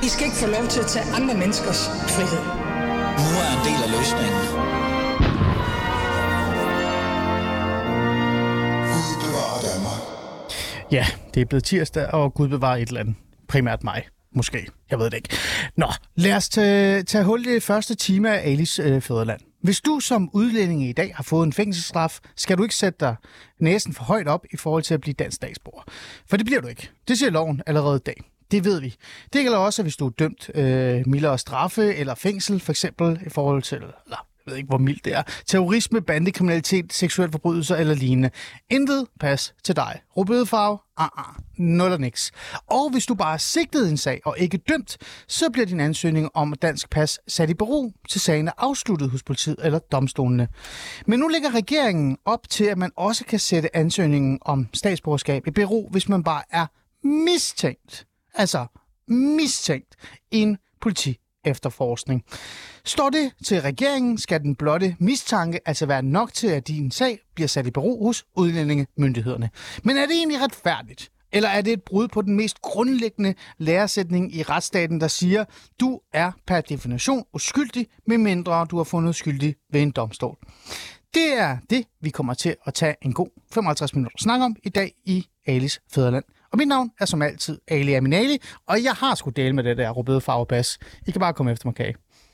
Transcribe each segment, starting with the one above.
I skal ikke få lov til at tage andre menneskers frihed. Nu er en del af løsningen. Gud bevarer Danmark. Ja, det er blevet tirsdag, og Gud bevarer et eller andet. Primært mig. Måske. Jeg ved det ikke. Nå, lad os tage hul i det første time af Alis Fædreland. Hvis du som udlænding i dag har fået en fængselsstraf, skal du ikke sætte dig næsen for højt op i forhold til at blive dansk statsborger. For det bliver du ikke. Det siger loven allerede i dag. Det ved vi. Det gælder også, hvis du er dømt mildere straffe eller fængsel, for eksempel i forhold til, eller jeg ved ikke, hvor mildt det er, terrorisme, bandekriminalitet, seksuelle forbrydelser eller lignende. Intet pas til dig. Rødbedefarve? Nul og niks. Og hvis du bare er sigtet i en sag og ikke dømt, så bliver din ansøgning om dansk pas sat i bero til sagen er afsluttet hos politiet eller domstolene. Men nu lægger regeringen op til, at man også kan sætte ansøgningen om statsborgerskab i bero, hvis man bare er mistænkt. Altså mistænkt i en efterforskning. Står det til regeringen, skal den blotte mistanke altså være nok til, at din sag bliver sat i bero hos udlændingemyndighederne. Men er det egentlig retfærdigt? Eller er det et brud på den mest grundlæggende læresætning i retsstaten, der siger, du er per definition uskyldig, medmindre du har fundet skyldig ved en domstol? Det er det, vi kommer til at tage en god 55 minutter snak om i dag i Alis Fædreland. Og mit navn er som altid Ali Aminali, og jeg har sgu dele med det der rødbedefarvepas. I kan bare komme efter mig, kage.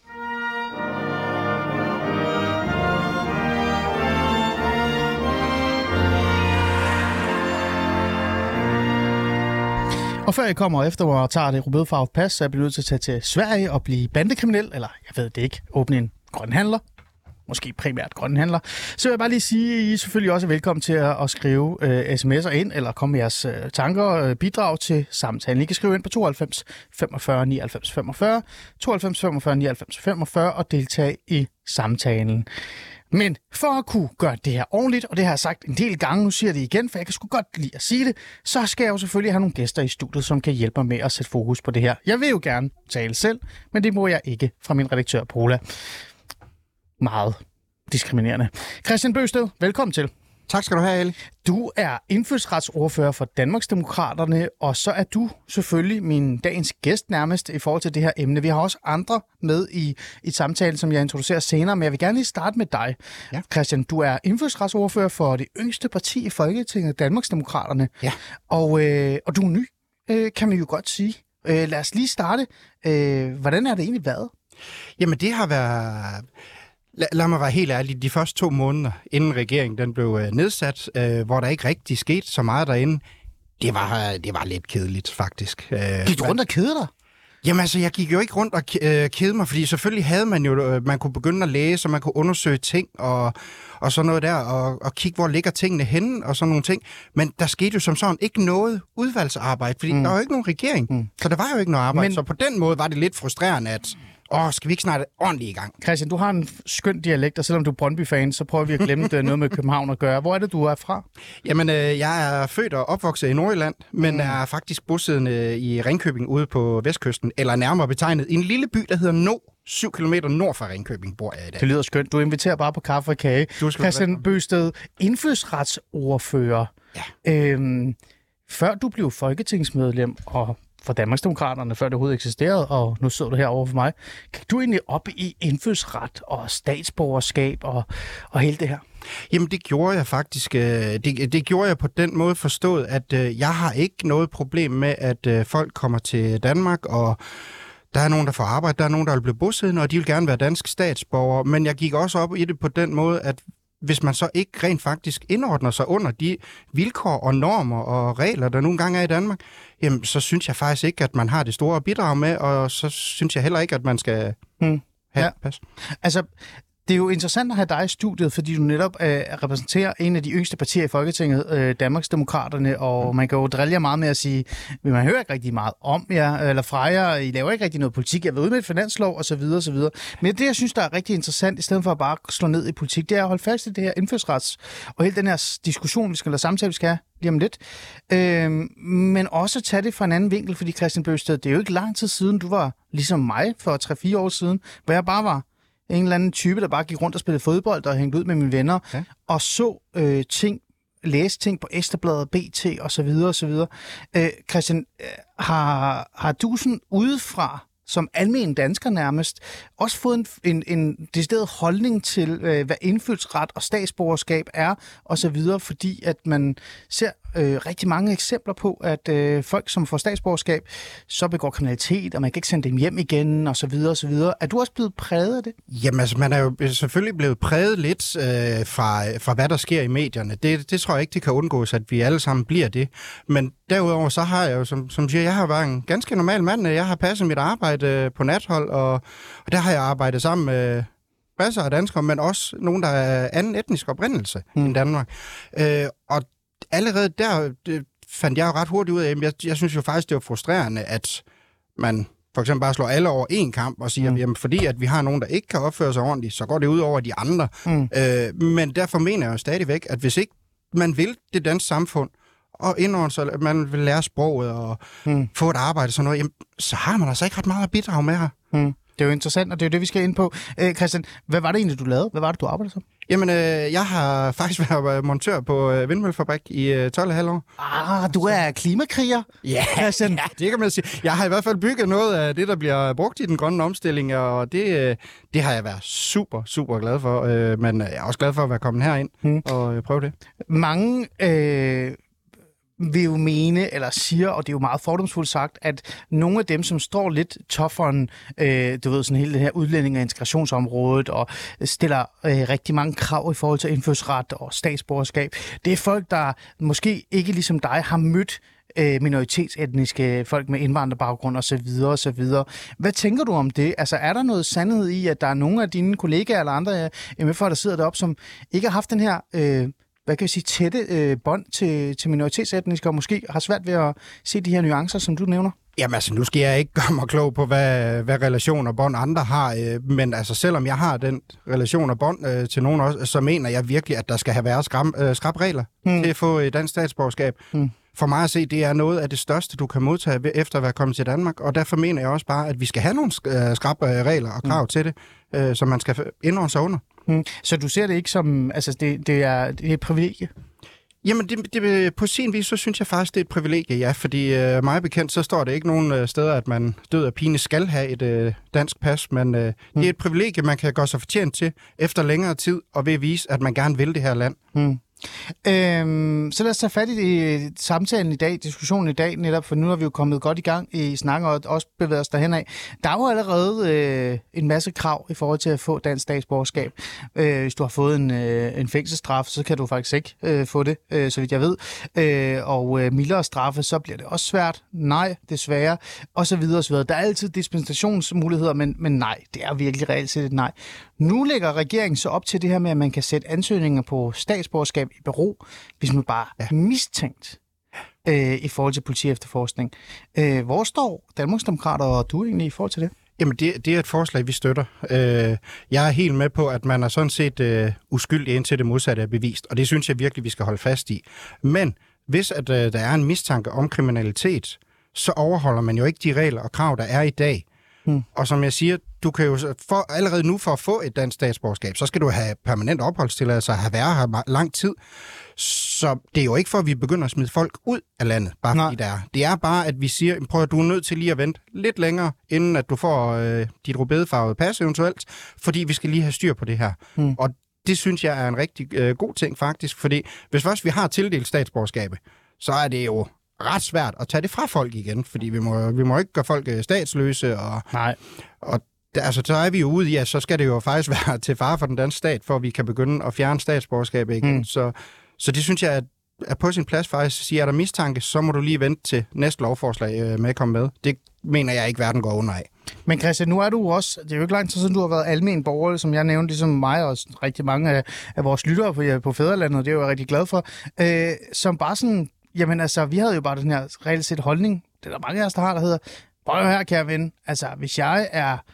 Og før jeg kommer efter mig og tager det rødbedefarvede pas, så er jeg nødt til at tage til Sverige og blive bandekriminel, eller jeg ved det ikke, åbne en grønhandler. Måske primært grønhandler. Så vil jeg bare lige sige, at I selvfølgelig også er velkommen til at skrive sms'er ind, eller komme med jeres tanker og bidrag til samtalen. I kan skrive ind på 92 45 99 45, 92 45 99 45 og deltage i samtalen. Men for at kunne gøre det her ordentligt, og det har jeg sagt en del gange, nu siger jeg det igen, for jeg kan sgu godt lide at sige det, så skal jeg jo selvfølgelig have nogle gæster i studiet, som kan hjælpe mig med at sætte fokus på det her. Jeg vil jo gerne tale selv, men det må jeg ikke fra min redaktør Pola. Meget diskriminerende. Christian Bøsted, velkommen til. Tak skal du have, Ali. Du er indfødsretsordfører for Danmarksdemokraterne, og så er du selvfølgelig min dagens gæst nærmest i forhold til det her emne. Vi har også andre med i samtalen, som jeg introducerer senere, men jeg vil gerne lige starte med dig. Ja. Christian, du er indfødsretsordfører for det yngste parti i Folketinget, Danmarksdemokraterne. Ja. Og du er ny, kan man jo godt sige. Lad os lige starte. Hvordan har det egentlig været? Jamen, det har været... Lad mig være helt ærlig. De første 2 måneder, inden regeringen den blev nedsat, hvor der ikke rigtig skete så meget derinde, det var lidt kedeligt, faktisk. Gik du rundt og kede dig? Jamen altså, jeg gik jo ikke rundt og kede mig, fordi selvfølgelig havde man jo, man kunne begynde at læse, og man kunne undersøge ting og sådan noget der, og kigge, hvor ligger tingene henne, og sådan nogle ting. Men der skete jo som sådan ikke noget udvalgsarbejde, fordi der var jo ikke nogen regering. Så der var jo ikke noget arbejde. Men... Så på den måde var det lidt frustrerende, at skal vi ikke snart ordentligt i gang? Christian, du har en skøn dialekt, og selvom du er Brøndby-fan, så prøver vi at glemme det noget med København at gøre. Hvor er det, du er fra? Jamen, jeg er født og opvokset i Nordjylland, men er faktisk bosiddende i Ringkøbing ude på vestkysten, eller nærmere betegnet i en lille by, der hedder No. 7 kilometer nord fra Ringkøbing bor jeg i dag. Det lyder skønt. Du inviterer bare på kaffe og kage. Christian Bøsted, indfødsretsordfører. Ja. Før du blev folketingsmedlem og for Danmarksdemokraterne, før det overhovedet eksisterede, og nu sidder du herovre for mig. Kan du egentlig op i indfødsret og statsborgerskab og hele det her? Jamen, det gjorde jeg faktisk. Det gjorde jeg på den måde forstået, at jeg har ikke noget problem med, at folk kommer til Danmark, og der er nogen, der får arbejde, der er nogen, der vil blive bosiddende, og de vil gerne være danske statsborgere. Men jeg gik også op i det på den måde, at hvis man så ikke rent faktisk indordner sig under de vilkår og normer og regler, der nogle gange er i Danmark, jamen, så synes jeg faktisk ikke, at man har det store bidrag med, og så synes jeg heller ikke, at man skal have pas. Altså, det er jo interessant at have dig i studiet, fordi du netop repræsenterer en af de yngste partier i Folketinget, Danmarksdemokraterne, og man kan jo drille jer meget med at sige, men man hører ikke rigtig meget om jer, eller fra jer, I laver ikke rigtig noget politik, jeg ved ude med et finanslov, osv. osv. Men det, jeg synes, der er rigtig interessant, i stedet for at bare slå ned i politik, det er at holde fast i det her indfødsrets, og hele den her diskussion, vi skal lade samtale, vi skal have lige om lidt, men også tage det fra en anden vinkel, fordi Christian Bøsted, det er jo ikke lang tid siden, du var ligesom mig for 3-4 år siden, hvor jeg bare var en eller anden type, der bare gik rundt og spillede fodbold og hængte ud med mine venner, og så ting læse ting på Ekstrabladet, BT osv. osv. Christian, har du sådan udefra, som almen dansker nærmest, også fået en decideret holdning til, hvad indfødsret og statsborgerskab er, og så videre, fordi at man ser rigtig mange eksempler på, at folk, som får statsborgerskab, så begår kriminalitet, og man kan ikke sende dem hjem igen, og så videre, og så videre. Er du også blevet præget af det? Jamen altså, man er jo selvfølgelig blevet præget lidt fra hvad der sker i medierne. Det tror jeg ikke, det kan undgås, at vi alle sammen bliver det. Men derudover, så har jeg jo, som siger, jeg har været en ganske normal mand. Jeg har passet mit arbejde på nathold, og der har jeg arbejdet sammen med masser af danskere, men også nogen, der er anden etnisk oprindelse end Danmark. Og allerede der fandt jeg jo ret hurtigt ud af, at jeg synes jo faktisk, det var frustrerende, at man for eksempel bare slår alle over en kamp og siger, jamen fordi at vi har nogen, der ikke kan opføre sig ordentligt, så går det ud over de andre. Men derfor mener jeg jo stadigvæk, at hvis ikke man vil det danske samfund, og indordne sig, at man vil lære sproget og få et arbejde og sådan noget, jamen, så har man altså ikke ret meget at bidrage med her. Det er jo interessant, og det er jo det, vi skal ind på. Christian, hvad var det egentlig, du lavede? Hvad var det, du arbejdede som? Jamen, jeg har faktisk været montør på vindmøllefabrik i 12,5 år. Du er klimakriger? Ja, Christian. Ja, det kan man sige. Jeg har i hvert fald bygget noget af det, der bliver brugt i den grønne omstilling, og det har jeg været super, super glad for. Men jeg er også glad for at være kommet herind og prøve det. Mange vil jo mene, eller siger, og det er jo meget fordomsfuldt sagt, at nogle af dem, som står lidt toughen, du ved, sådan hele det her udlænding- og integrationsområdet, og stiller rigtig mange krav i forhold til indfødsret og statsborgerskab, det er folk, der måske ikke ligesom dig har mødt minoritetsetniske folk med indvandrerbaggrund osv. osv. Hvad tænker du om det? Altså, er der noget sandhed i, at der er nogle af dine kollegaer eller andre MF'er, der sidder deroppe, som ikke har haft den her hvad kan vi sige, tætte bånd til minoritetsetniske, og måske har svært ved at se de her nuancer, som du nævner? Jamen altså, nu skal jeg ikke gøre mig klog på, hvad relation og bånd andre har, men altså, selvom jeg har den relation og bånd til nogen også, så mener jeg virkelig, at der skal have været skrap regler til at få et dansk statsborgerskab. For mig at se, det er noget af det største, du kan modtage efter at være kommet til Danmark, og derfor mener jeg også bare, at vi skal have nogle skrap regler og krav til det, som man skal indordne sig under. Så du ser det ikke som, altså det er et privilegie? Jamen, på sin vis, så synes jeg faktisk, det er et privilegie, ja, fordi mig bekendt, så står det ikke nogen steder, at man død og pine skal have et dansk pas, men det er et privilegie, man kan gøre sig fortjent til efter længere tid, og ved at vise, at man gerne vil det her land. Så lad os tage fat i samtalen i dag, diskussionen i dag netop, for nu er vi jo kommet godt i gang i snakken og også bevæget os derhen af. Der er jo allerede en masse krav i forhold til at få dansk statsborgerskab. Hvis du har fået en fængselsstraf, så kan du faktisk ikke få det, så vidt jeg ved. Og mildere straffe, så bliver det også svært. Nej, desværre. Og så videre og så videre. Der er altid dispensationsmuligheder, men nej, det er virkelig reelt set et nej. Nu lægger regeringen så op til det her med, at man kan sætte ansøgninger på statsborgerskab i bero, hvis man bare er mistænkt i forhold til politiefterforskning. Hvor står Danmarksdemokrater og du egentlig i forhold til det? Jamen, det er et forslag, vi støtter. Jeg er helt med på, at man er sådan set uskyldig indtil det modsatte er bevist, og det synes jeg virkelig, vi skal holde fast i. Men hvis at, der er en mistanke om kriminalitet, så overholder man jo ikke de regler og krav, der er i dag. Og som jeg siger, du kan jo allerede nu for at få et dansk statsborgerskab, så skal du have permanent opholdstilladelse og have været her lang tid. Så det er jo ikke for, at vi begynder at smide folk ud af landet, bare fordi det er. Det er bare, at vi siger, prøv at du er nødt til lige at vente lidt længere, inden at du får dit rødbedefarvede pas eventuelt, fordi vi skal lige have styr på det her. Og det synes jeg er en rigtig god ting faktisk, fordi hvis først vi har tildelt statsborgerskabet, så er det jo ret svært at tage det fra folk igen, fordi vi må ikke gøre folk statsløse, og altså, så er vi jo ude i, at så skal det jo faktisk være til fare for den danske stat, for at vi kan begynde at fjerne statsborgerskabet igen. Så det synes jeg er på sin plads faktisk at sige, er der mistanke, så må du lige vente til næste lovforslag med at komme med. Det mener jeg ikke, verden går under af. Men Christian, nu er du også, det er jo ikke lang tid siden, du har været almen borger, som jeg nævnte, ligesom mig og rigtig mange af vores lyttere på Fædrelandet, det er jeg jo rigtig glad for, som bare sådan, jamen altså, vi havde jo bare den her reelt set holdning, det er der mange af os, der har, der hedder, prøv her, kære ven, altså hvis jeg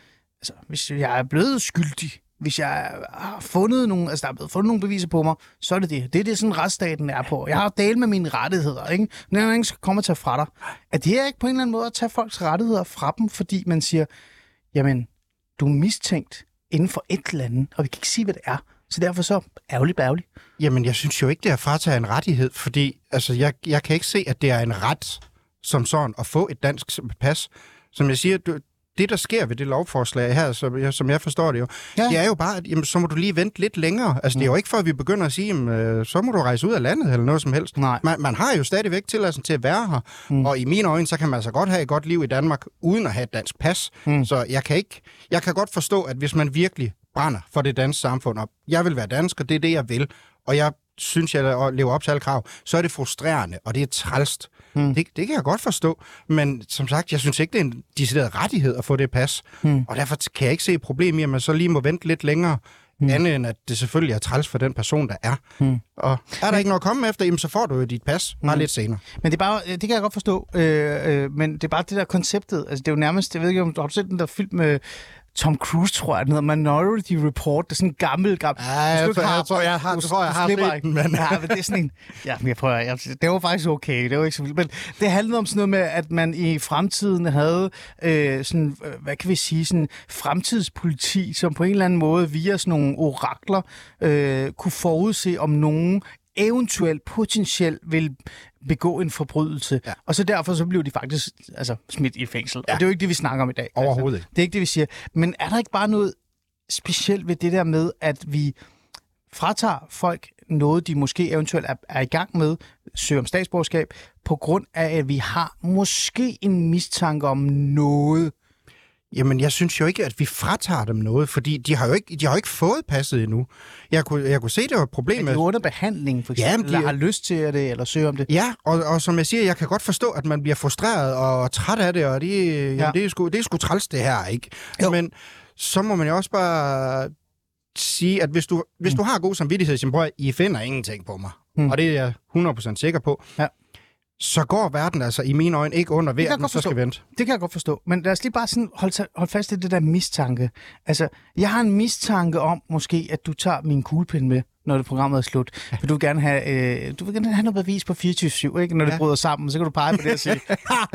er blevet skyldig, hvis jeg har fundet nogle, altså der er blevet fundet nogle beviser på mig, så er det det. Det er det, sådan retsstaten er på. Jeg har delt med mine rettigheder, ikke? Men ingen skal komme og tage fra dig. Er det her ikke på en eller anden måde at tage folks rettigheder fra dem, fordi man siger, jamen, du er mistænkt inden for et eller andet, og vi kan ikke sige, hvad det er. Så derfor så ærgerligt. Jamen, jeg synes jo ikke, det er at fratage en rettighed, fordi altså, jeg kan ikke se, at det er en ret som sådan at få et dansk pas. Som jeg siger, det, der sker ved det lovforslag her, som jeg forstår det jo, det er jo bare, at jamen, så må du lige vente lidt længere. Altså, det er jo ikke før, vi begynder at sige, jamen, så må du rejse ud af landet eller noget som helst. Man har jo stadigvæk tilladelsen til at være her, og i mine øjne, så kan man altså godt have et godt liv i Danmark, uden at have et dansk pas. Så jeg kan godt forstå, at hvis man virkelig brænder for det danske samfund op, jeg vil være dansker, det er det, jeg vil, og jeg synes, jeg lever op til alle krav, så er det frustrerende, og det er trælst. Det kan jeg godt forstå, men som sagt, jeg synes ikke, det er en decideret rettighed at få det pas, og derfor kan jeg ikke se et problem i, at man så lige må vente lidt længere, andet end at det selvfølgelig er træls for den person, der er. Og er der ikke noget at komme efter, jamen, så får du jo dit pas bare lidt senere. Men det er bare, det kan jeg godt forstå, men det er bare det der konceptet, altså det er jo nærmest, jeg ved ikke, om du har set den der film med Tom Cruise, tror jeg, den hedder Minority Report. Det er sådan en gammel... Ja, jeg tror, jeg har set den, men... Ja, men det er sådan en... Ja, men det var faktisk okay, det var ikke så vildt. Men det handlede om sådan noget med, at man i fremtiden havde sådan, hvad kan vi sige, sådan fremtidspoliti, som på en eller anden måde via sådan nogle orakler kunne forudse, om nogen eventuelt potentielt vil begå en forbrydelse. Ja. Og så derfor så blev de faktisk smidt i fængsel. Ja. Og det er jo ikke det, vi snakker om i dag. Overhovedet ikke. Det er ikke det, vi siger. Men er der ikke bare noget specielt ved det der med, at vi fratager folk noget, de måske eventuelt er i gang med, søger om statsborgerskab, på grund af, at vi har måske en mistanke om noget? Jamen, jeg synes jo ikke, at vi fratager dem noget, fordi de har jo ikke fået passet endnu. Jeg kunne se, det var et problem. Er de under behandling, for eksempel, eller har lyst til det, eller søger om det? Ja, og som jeg siger, jeg kan godt forstå, at man bliver frustreret og træt af det, og det er sgu træls det her, ikke? Jo. Men så må man jo også bare sige, at hvis du har god samvittighed, så prøv, I finder ingenting på mig. Og det er jeg 100% sikker på. Ja. Så går verden altså i mine øjne ikke under ved, at den så skal vente. Det kan jeg godt forstå. Men lad os lige bare sådan holde fast i det der mistanke. Altså, jeg har en mistanke om måske, at du tager min kuglepen med, når det programmet er slut. For du vil gerne have noget bevis på 24/7, ikke? Når det bryder sammen, så kan du pege på det og sige,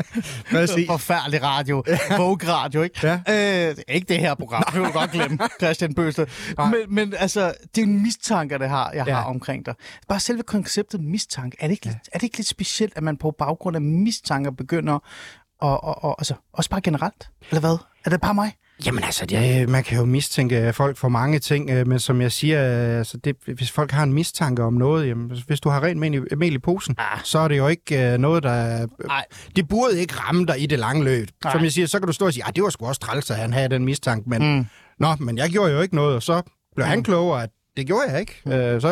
forfærdelig radio, Vogue radio, ikke? Ja. Ikke det her program, det vil du godt glemme, Christian Bøsted. Men altså, det er en mistanke, jeg har omkring dig. Bare selve konceptet mistanke, er det ikke lidt specielt, at man på baggrund af mistanker begynder altså, også bare generelt? Eller hvad? Er det bare mig? Jamen altså, man kan jo mistænke folk for mange ting, men som jeg siger, altså hvis folk har en mistanke om noget, jamen, hvis du har rent mel i posen, så er det jo ikke noget, der... Det burde ikke ramme dig i det lange løb. Som jeg siger, så kan du stå og sige, det var sgu også træls, at han havde den mistanke, men men jeg gjorde jo ikke noget, og så blev han klogere, at det gjorde jeg ikke.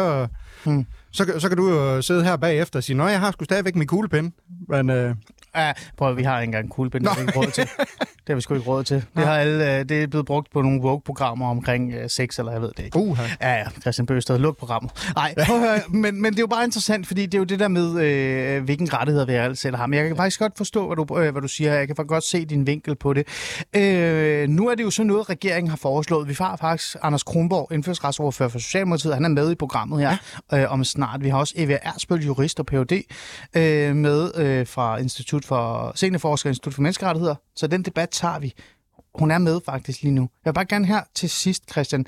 Så kan du jo sidde her bagefter og sige, jeg har sgu stadigvæk min kuglepen, men... prøv, vi har ikke engang en kuglepen, det har vi ikke råd til. Det har vi sgu ikke råd til. Det er blevet brugt på nogle Vogue-programmer omkring sex, eller jeg ved det ikke. Ja, Christian Bøsted, luk programmet. Nej, men det er jo bare interessant, fordi det er jo det der med, hvilken rettigheder vi alle selv har. Men jeg kan faktisk godt forstå, hvad du siger. Jeg kan faktisk godt se din vinkel på det. Nu er det jo så noget, regeringen har foreslået. Vi har faktisk Anders Kronborg, indfødsretsordfører for Socialdemokratiet. Han er med i programmet her om snart. Vi har også Eva Ersbøl, jurist og Ph.D. Med fra Institut for Seniorforsker, Institut for Menneskerettigheder. Så den debat tager vi. Hun er med faktisk lige nu. Jeg vil bare gerne her til sidst, Christian.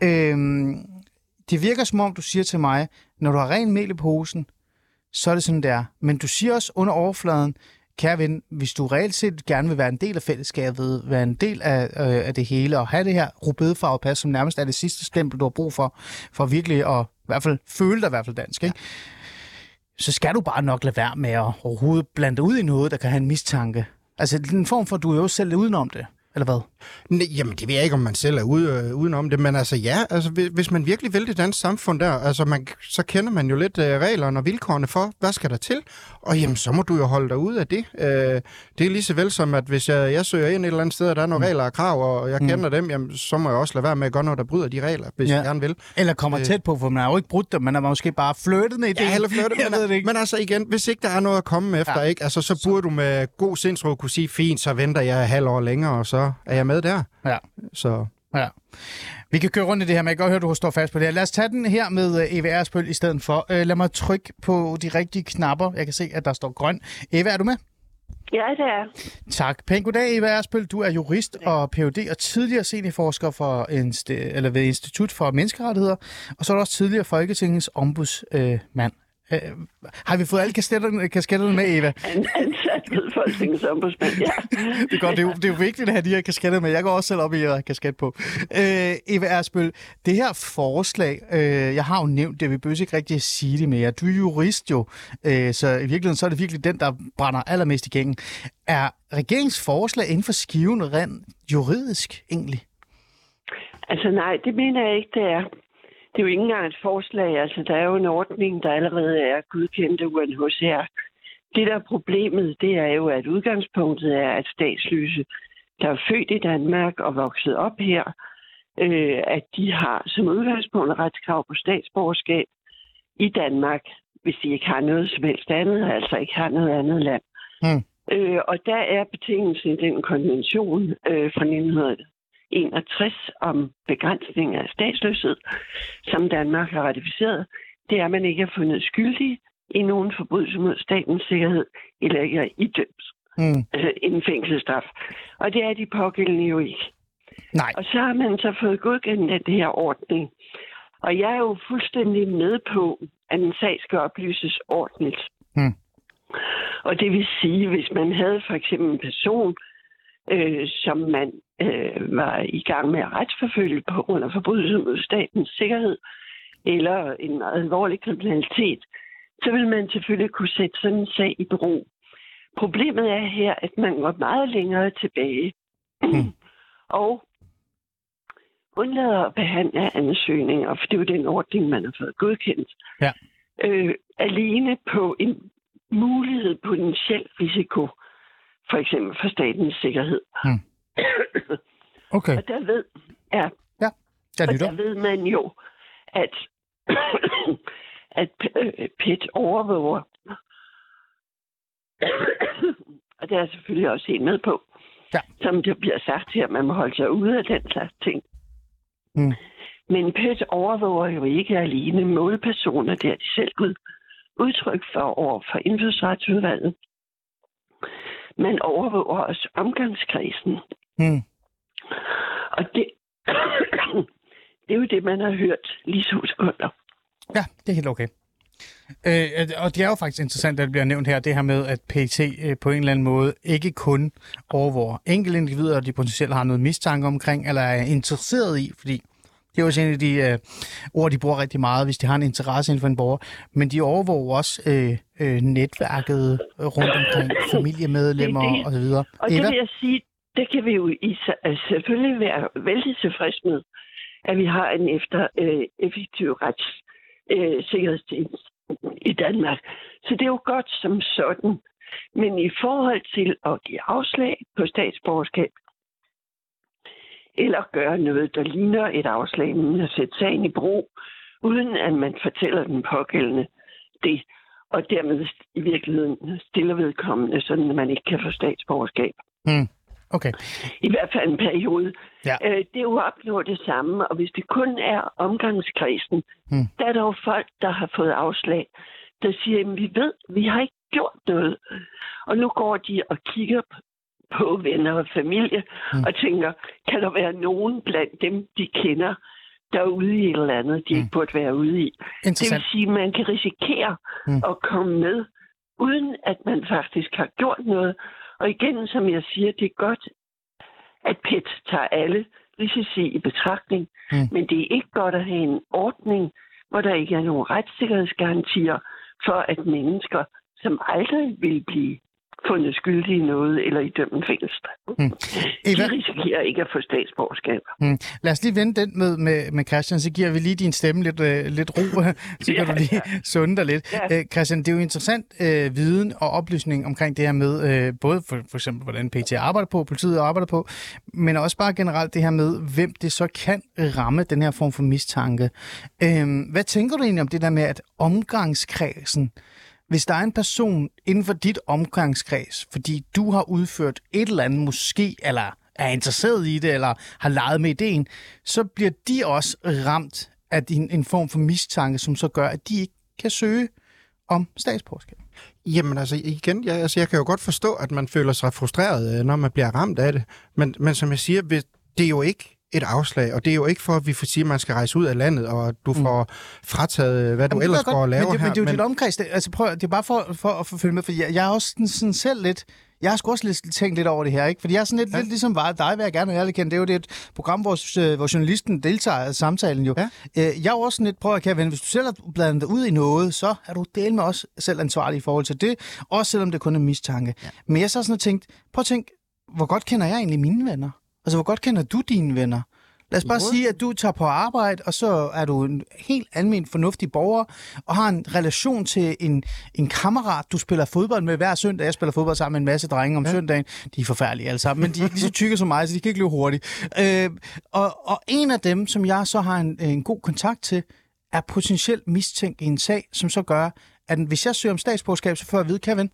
Det virker som om, du siger til mig, når du har ren mel i posen, så er det sådan der. Men du siger også under overfladen, kære ven, hvis du reelt set gerne vil være en del af fællesskabet, være en del af det hele, og have det her rødbedefarvede pas, som nærmest er det sidste stempel, du har brug for virkelig at i hvert fald føle dig i hvert fald dansk, ikke? Så skal du bare nok lade være med at overhovedet blande dig ud i noget, der kan have en mistanke. Altså, en form for, at du er jo selv udenom det, eller hvad? Jamen, det ved jeg ikke, om man selv er udenom det, men altså hvis man virkelig vil det danske samfund der, altså så kender man jo lidt reglerne og vilkårene for, hvad skal der til, og jamen, så må du jo holde dig ud af det. Det er lige så vel som, at hvis jeg søger ind et eller andet sted, og der er nogle regler og krav, og jeg kender dem, jamen, så må jeg også lade være med at gøre noget, der bryder de regler, hvis jeg gerne vil. Eller kommer tæt på, for man har jo ikke brudt dem, man har måske bare flyttet med det. Ja, eller flyttet, men altså igen, hvis ikke der er noget at komme efter, ikke? Altså, så burde du med god sindsro kunne sige, fint, så venter jeg halv år længere, og så er jeg med der. Ja. Så. Ja. Vi kan køre rundt i det her, men jeg kan godt høre, at du står fast på det her. Lad os tage den her med Eva Ersbøl i stedet for. Lad mig trykke på de rigtige knapper. Jeg kan se, at der står grøn. Eva, er du med? Ja, det er. Tak. Pæn goddag, Eva Ersbøll. Du er jurist og Ph.D. og tidligere seniorforsker ved Institut for Menneskerettigheder, og så er du også tidligere Folketingets ombudsmand. Har vi fået alle kasketterne med, Eva? Ansat ved Folketingets ombudsmand, ja. Det er godt. Det er jo vigtigt at have de her kasketter med. Jeg går også selv op i at have kasket på. Eva Ersbøll, det her forslag, jeg har jo nævnt det, vi behøver ikke rigtig at sige det mere. Du er jurist jo, så i virkeligheden så er det virkelig den, der brænder allermest igennem. Er regeringens forslag inden for skiven rent juridisk egentlig? Altså nej, det mener jeg ikke, det er. Det er jo ikke engang et forslag. Altså, der er jo en ordning, der allerede er godkendt af UNHCR. Det, der er problemet, det er jo, at udgangspunktet er, at statsløse, der er født i Danmark og vokset op her, at de har som udgangspunkt retskrav på statsborgerskab i Danmark, hvis de ikke har noget som helst andet, altså ikke har noget andet land. Og der er betingelsen i den konvention fra 1961 om begrænsning af statsløshed, som Danmark har ratificeret, det er, at man ikke er fundet skyldig i nogen forbrydelse mod statens sikkerhed, eller ikke er idømt en fængselsstraf. Og det er de pågældende jo ikke. Nej. Og så har man så fået godkendt af det her ordning. Og jeg er jo fuldstændig med på, at en sag skal oplyses ordentligt. Og det vil sige, hvis man havde for eksempel en person, som man var i gang med at retsforfølge på grund af forbrydelse mod statens sikkerhed, eller en alvorlig kriminalitet, så vil man selvfølgelig kunne sætte sådan en sag i bero. Problemet er her, at man går meget længere tilbage og undlader at behandle ansøgninger, for det er jo den ordning, man har fået godkendt. Ja. Alene på en mulighed, potentiel risiko, for eksempel for statens sikkerhed. Okay. Og der ved man jo, at PET overvåger. Og det er selvfølgelig også helt med på. Ja. Som det bliver sagt her, man må holde sig ude af den slags ting. Men PET overvåger jo ikke alene målpersoner, det er de selv udtryk for over for Indfødsretsudvalget. Man overvåger også omgangskredsen. Og det er jo det, man har hørt lige så sekunder. Ja, det er helt okay. Og det er jo faktisk interessant, at det bliver nævnt her, det her med, at PET på en eller anden måde ikke kun overvåger enkelte individer, de potentielt har noget mistanke omkring, eller er interesseret i, fordi det er også en af de ord, de bruger rigtig meget, hvis de har en interesse inden for en borger. Men de overvåger også netværket rundt omkring familiemedlemmer osv. Og det vil jeg sige, det kan vi jo selvfølgelig være vældig tilfreds med, at vi har en effektiv retssikkerhedstjeneste i Danmark. Så det er jo godt som sådan. Men i forhold til at give afslag på statsborgerskab, eller gøre noget, der ligner et afslag, men at sætte sagen i bero, uden at man fortæller den pågældende det, og dermed i virkeligheden stiller vedkommende, sådan at man ikke kan få statsborgerskab. Okay. I hvert fald en periode. Ja. Det er jo opnået det samme, og hvis det kun er omgangskredsen, der er der jo folk, der har fået afslag, der siger, at vi har ikke gjort noget. Og nu går de og kigger på venner og familie, og tænker, kan der være nogen blandt dem, de kender, der er ude i et eller andet, de ikke burde være ude i. Det vil sige, at man kan risikere at komme med, uden at man faktisk har gjort noget. Og igen, som jeg siger, det er godt, at PET tager alle risici i betragtning, men det er ikke godt at have en ordning, hvor der ikke er nogen retssikkerhedsgarantier for, at mennesker, som aldrig vil blive fundet skyldige i noget eller i dømt fængselsstraf. De risikerer ikke at få statsborgerskab. Lad os lige vende den med Christian, så giver vi lige din stemme lidt ro, så kan du lige sunde dig lidt. Ja. Christian, det er jo interessant viden og oplysning omkring det her med, både for eksempel, hvordan PET arbejder på, politiet arbejder på, men også bare generelt det her med, hvem det så kan ramme den her form for mistanke. Hvad tænker du egentlig om det der med, at omgangskredsen, hvis der er en person inden for dit omgangskreds, fordi du har udført et eller andet måske, eller er interesseret i det, eller har leget med ideen, så bliver de også ramt af en form for mistanke, som så gør, at de ikke kan søge om statsborgerskab. Jamen altså igen, jeg kan jo godt forstå, at man føler sig frustreret, når man bliver ramt af det. Men som jeg siger, det er jo ikke et afslag, og det er jo ikke for, at vi får sige, at man skal rejse ud af landet, og du får frataget, hvad du ellers går og laver her. Men det er jo dit omkreds. Altså prøv, det er bare for at følge med, for jeg er også sådan selv lidt... Jeg har sgu også tænkt lidt over det her, ikke? Fordi jeg er sådan lidt ligesom dig, vil jeg gerne ærligt kende. Det er jo et program, hvor journalisten deltager i samtalen jo. Ja. Jeg er også sådan lidt, Kevin, hvis du selv har blandet dig ud i noget, så er du del med også selv ansvarlig i forhold til det, også selvom det kun er mistanke. Ja. Men jeg så sådan tænkt, prøv at tænke, hvor godt kender jeg egentlig mine venner? Altså, hvor godt kender du dine venner? Lad os bare sige, at du tager på arbejde, og så er du en helt almindelig fornuftig borger, og har en relation til en kammerat, du spiller fodbold med hver søndag. Jeg spiller fodbold sammen med en masse drenge om søndagen. De er forfærdelige alle sammen, men de er ikke lige så tykke som mig, så de kan ikke løbe hurtigt. Og en af dem, som jeg så har en god kontakt til, er potentielt mistænkt i en sag, som så gør, at hvis jeg søger om statsborgerskab, så får jeg at vide, Kevin.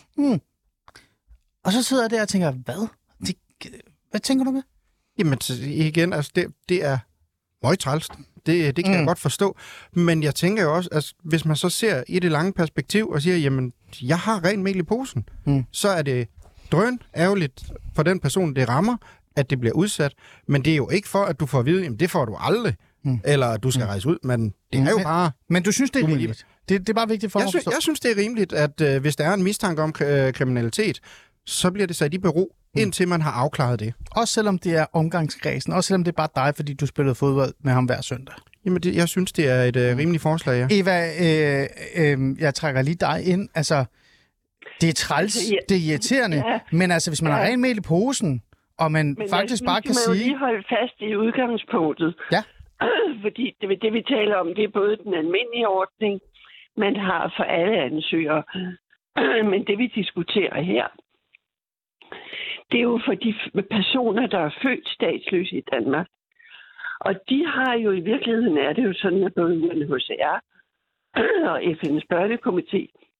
Og så sidder jeg der og tænker, hvad tænker du med? Jamen igen, altså det er møgtrælst. Det kan jeg godt forstå. Men jeg tænker jo også, altså hvis man så ser i det lange perspektiv og siger, jamen, jeg har rent mel i posen, så er det drøn ærgerligt for den person, det rammer, at det bliver udsat. Men det er jo ikke for, at du får at vide, jamen det får du aldrig, eller at du skal rejse ud, men det er jo bare... Men du synes, det er rimeligt? Det er bare vigtigt for mig at forstå. Jeg synes, det er rimeligt, at hvis der er en mistanke om kriminalitet, så bliver det sat i bero, indtil man har afklaret det. Også selvom det er omgangskredsen, også selvom det er bare dig, fordi du spillede fodbold med ham hver søndag. Jamen, jeg synes, det er et rimeligt forslag, ja. Eva, jeg trækker lige dig ind. Altså, det er træls, det er irriterende, men altså, hvis man har rent mel i posen, og man faktisk bare kan sige... Men jeg lige holde fast i udgangspunktet. Ja. Fordi det, vi taler om, det er både den almindelige ordning, man har for alle ansøgere. Men det, vi diskuterer her, det er jo for de personer, der er født statsløse i Danmark. Og de har jo i virkeligheden, er det jo sådan, at både UNHCR og FN's børnekomité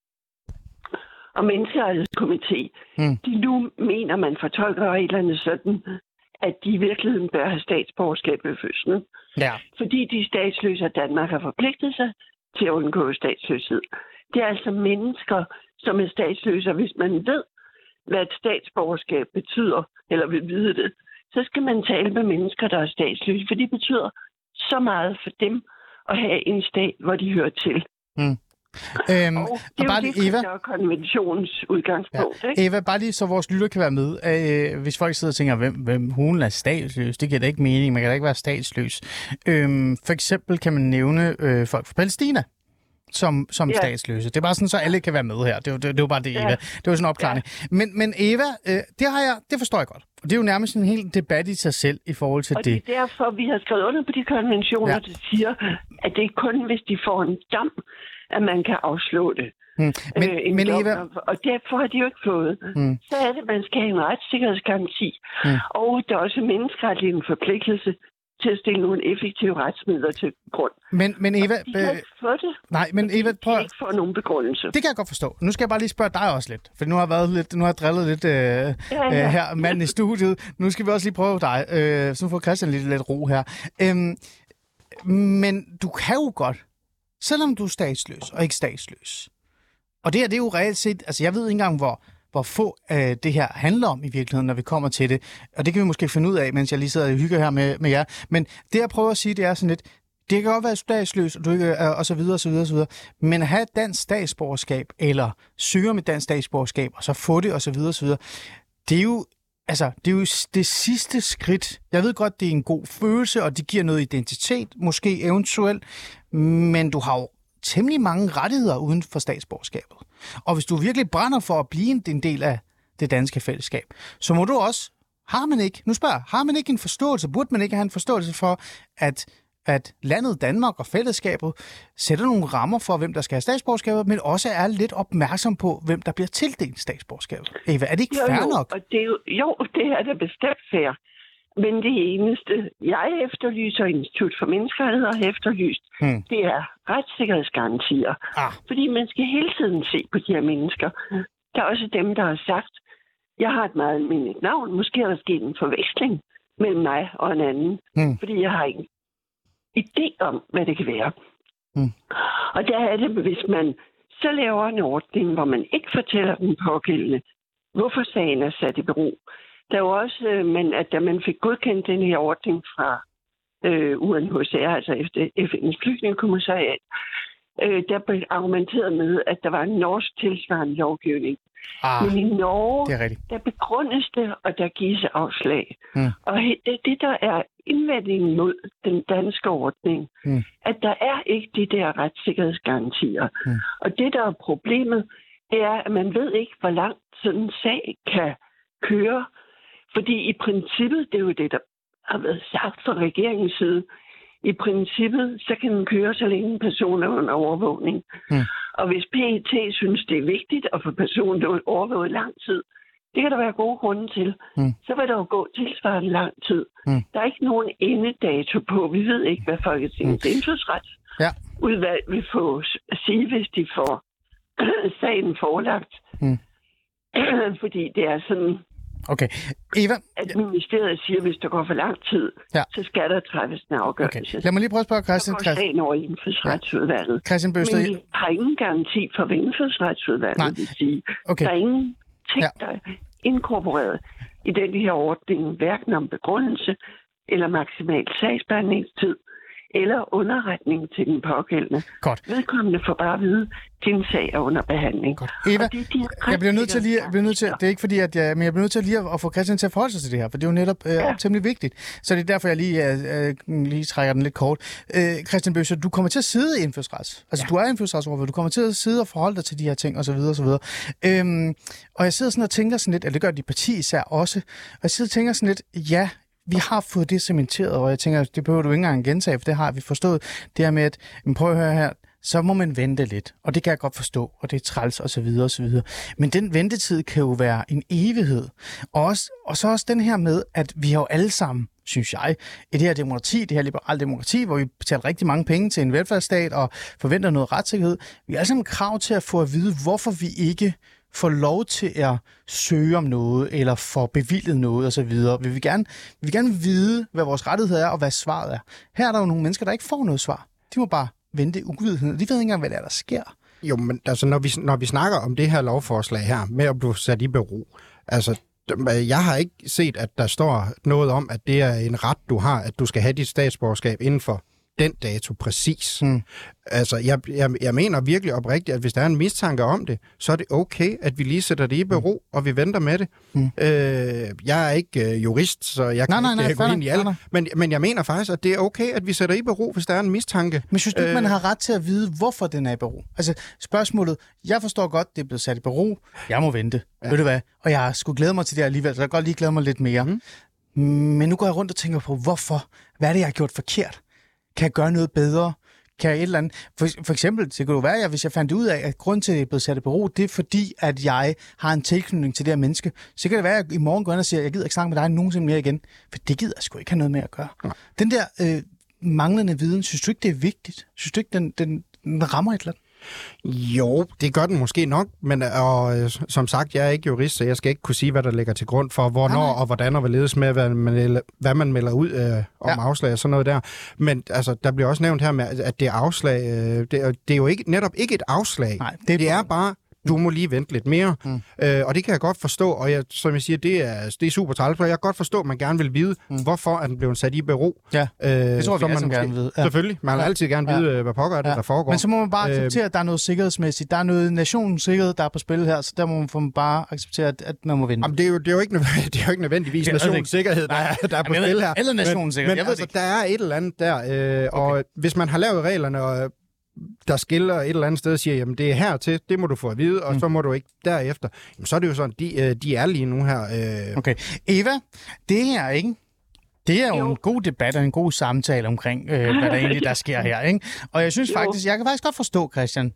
og menneskerettighedskomité, de nu mener, man fortolker reglerne sådan, at de i virkeligheden bør have statsborgerskab ved fødslen. Ja. Fordi de statsløse af Danmark har forpligtet sig til at undgå statsløshed. Det er altså mennesker, som er statsløse, og hvis man ved, hvad et statsborgerskab betyder, eller vil vide det, så skal man tale med mennesker, der er statsløse, for det betyder så meget for dem at have en stat, hvor de hører til. Og det er jo det, der er konventionens udgangspunkt. Ja. Ikke? Eva, bare lige så vores lytter kan være med. Hvis folk sidder og tænker, hvem hun er statsløs, det giver da ikke mening, man kan da ikke være statsløs. For eksempel kan man nævne folk fra Palæstina som statsløse. Det er bare sådan, så alle kan være med her. Det var bare det, Eva. Det var sådan opklarende. Ja. Men Eva, det forstår jeg godt. Og det er jo nærmest en hel debat i sig selv i forhold til det. Og det er derfor, vi har skrevet under på de konventioner, der siger, at det er kun, hvis de får en dom, at man kan afslå det. Men Eva... Og derfor har de jo ikke fået. Så er det, at man skal have en retssikkerhedsgaranti. Og der er også menneskeretlig en forpligtelse til at stille nogle effektive retsmidler til grund. Men Eva... De kan ikke få det. Nej, men Eva... De kan ikke få nogen begrundelse. Det kan jeg godt forstå. Nu skal jeg bare lige spørge dig også lidt. For nu har jeg drillet lidt her, manden i studiet. Nu skal vi også lige prøve dig. Så får Christian lidt ro her. Men du kan jo godt, selvom du er statsløs og ikke statsløs. Og det er jo reelt set... Altså, jeg ved ikke engang, hvor få det her handler om i virkeligheden, når vi kommer til det. Og det kan vi måske finde ud af, mens jeg lige sidder og hygger her med jer. Men det, jeg prøver at sige, det er sådan lidt, det kan godt være statsløs, og du ikke, og så videre, og så videre, og så videre. Men at have et dansk statsborgerskab, eller søge om et dansk statsborgerskab, og så få det, og så videre, og så videre, det er jo det sidste skridt. Jeg ved godt, det er en god følelse, og det giver noget identitet, måske eventuelt, men du har jo temmelig mange rettigheder uden for statsborgerskabet. Og hvis du virkelig brænder for at blive en del af det danske fællesskab, så må du også, har man ikke en forståelse, burde man ikke have en forståelse for, at landet Danmark og fællesskabet sætter nogle rammer for, hvem der skal have statsborgerskabet, men også er lidt opmærksom på, hvem der bliver tildelt statsborgerskabet. Eva, er det ikke fair nok? Og det er da bestemt fair. Men det eneste, jeg efterlyser, Institut for Menneskerettigheder har efterlyst, det er retssikkerhedsgarantier. Fordi man skal hele tiden se på de her mennesker. Der er også dem, der har sagt, jeg har et meget almindeligt navn. Måske er der sket en forveksling mellem mig og en anden. Fordi jeg har ikke idé om, hvad det kan være. Og der er det, hvis man så laver en ordning, hvor man ikke fortæller den pågældende, hvorfor sagen er sat i bero. Der var også, da man fik godkendt den her ordning fra UNHCR, altså efter FN's flygtningekommissariat, der blev argumenteret med, at der var en norsk tilsvarende lovgivning. Men i Norge, der begrundes det, og der gives afslag. Og det, der er indvendingen mod den danske ordning, at der er ikke de der retssikkerhedsgarantier. Og det, der er problemet, det er, at man ved ikke, hvor langt sådan en sag kan køre. Fordi i princippet, det er jo det, der har været sagt fra regeringens side, i princippet, så kan den køre, så længe personer under overvågning. Og hvis PET synes, det er vigtigt at få personer overvåget lang tid, det kan der være gode grunde til, så vil der jo gå tilsvarende lang tid. Der er ikke nogen endedato på. Vi ved ikke, hvad Folketingets indfødsretsudvalg vil få at sige, hvis de får sagen forelagt. Fordi det er sådan... Okay. Eva? At ministeriet siger, at hvis der går for lang tid, så skal der træffes en afgørelse. Okay. Lad mig lige prøve at spørge Christian. Så går sagen over i indfødsretsudvalget. Christian Bøsted... Men vi har ingen garanti for, hvad indfødsretsudvalget vil sige. Okay. Der er ingen ting, der er inkorporeret i den her ordning, hverken om begrundelse eller maksimal sagsbehandlingstid eller underretning til den pågældende. Godt. Vedkommende får bare at vide, at din sag er under behandling. Godt. Eva, jeg bliver nødt til lige... det er ikke fordi, at men jeg bliver nødt til lige at få Christian til at forholde sig til det her, for det er jo netop temmelig vigtigt. Så det er derfor, jeg lige trækker den lidt kort. Christian Bøsted, du kommer til at sidde i indfødsrets. Altså, du er indfødsretsordfører. Du kommer til at sidde og forholde dig til de her ting, osv. osv. Og jeg sidder sådan og tænker sådan lidt, eller det gør dit parti især også, og jeg sidder og tænker sådan lidt, ja, vi har fået det cementeret, og jeg tænker, det behøver du ikke engang gentage, for det har vi forstået. Det her med, at prøv at høre her, så må man vente lidt, og det kan jeg godt forstå, og det er træls, og så videre, og så videre. Men den ventetid kan jo være en evighed. Og så også den her med, at vi har jo alle sammen, synes jeg, i det her demokrati, det her liberale demokrati, hvor vi betaler rigtig mange penge til en velfærdsstat og forventer noget retssikkerhed. Vi har alle sammen krav til at få at vide, hvorfor vi ikke får lov til at søge om noget, eller får bevilget noget osv. Vi vil gerne vide, hvad vores rettigheder er, og hvad svaret er. Her er der jo nogle mennesker, der ikke får noget svar. De må bare vente i uvidenhed. De ved ikke engang, hvad der sker. Jo, men altså, når vi snakker om det her lovforslag her, med at blive sat i bero, altså, jeg har ikke set, at der står noget om, at det er en ret, du har, at du skal have dit statsborgerskab inden for den dato præcis. Altså, jeg mener virkelig oprigtigt, at hvis der er en mistanke om det, så er det okay, at vi lige sætter det i bero, og vi venter med det. Jeg er ikke jurist, så jeg kan ikke gå ind i alt. Men jeg mener faktisk, at det er okay, at vi sætter i bero, hvis der er en mistanke. Men synes du ikke, man har ret til at vide, hvorfor den er i bero? Altså, spørgsmålet, jeg forstår godt, det er blevet sat i bero. Jeg må vente. Ved du hvad? Og jeg skulle glæde mig til det alligevel, så jeg kan godt lige glæde mig lidt mere. Men nu går jeg rundt og tænker på, hvorfor? Hvad er det, jeg har gjort forkert? Kan jeg gøre noget bedre? Kan jeg et eller andet... For eksempel, det kunne jo være, hvis jeg fandt ud af, at grunden til, at det er blevet sat i bero, det er fordi, at jeg har en tilknytning til det her menneske. Så kan det være, at jeg i morgen går ind og siger, at jeg gider ikke snakke med dig nogensinde mere igen. For det gider jeg sgu ikke have noget med at gøre. Ja. Den der manglende viden, synes du ikke, det er vigtigt? Synes du ikke, den rammer et eller andet? Jo, det gør den måske nok, men som sagt, jeg er ikke jurist, så jeg skal ikke kunne sige, hvad der ligger til grund for, hvornår og hvordan og hvorledes med, hvad man melder ud om afslag og sådan noget der. Men altså, der bliver også nævnt her med, at det er afslag. Det er jo netop ikke et afslag. Nej, det er bare, du må lige vente lidt mere. Og det kan jeg godt forstå, og som jeg siger, det er super træls, jeg kan godt forstå, at man gerne vil vide, hvorfor er den blevet sat i bero. Ja, det tror vi man gerne vil. Ja. Selvfølgelig, man vil altid gerne vide, hvad pokker er det, der foregår. Men så må man bare acceptere, at der er noget sikkerhedsmæssigt. Der er noget nationens sikkerhed, der er på spil her, så der må man bare acceptere, at man må vente. Jamen, det er jo ikke nødvendigvis nationens sikkerhed, der er på spil her. Eller nationens sikkerhed, men altså, der er et eller andet der, og hvis man har lavet reglerne, og der skiller et eller andet sted og siger, jamen det er hertil, det må du få at vide, og så må du ikke derefter. Jamen, så er det jo sådan, de er lige nu her. Okay. Eva, det her, ikke? Det er jo en god debat og en god samtale omkring, hvad der egentlig der sker her, ikke? Og jeg synes faktisk, jeg kan faktisk godt forstå Christians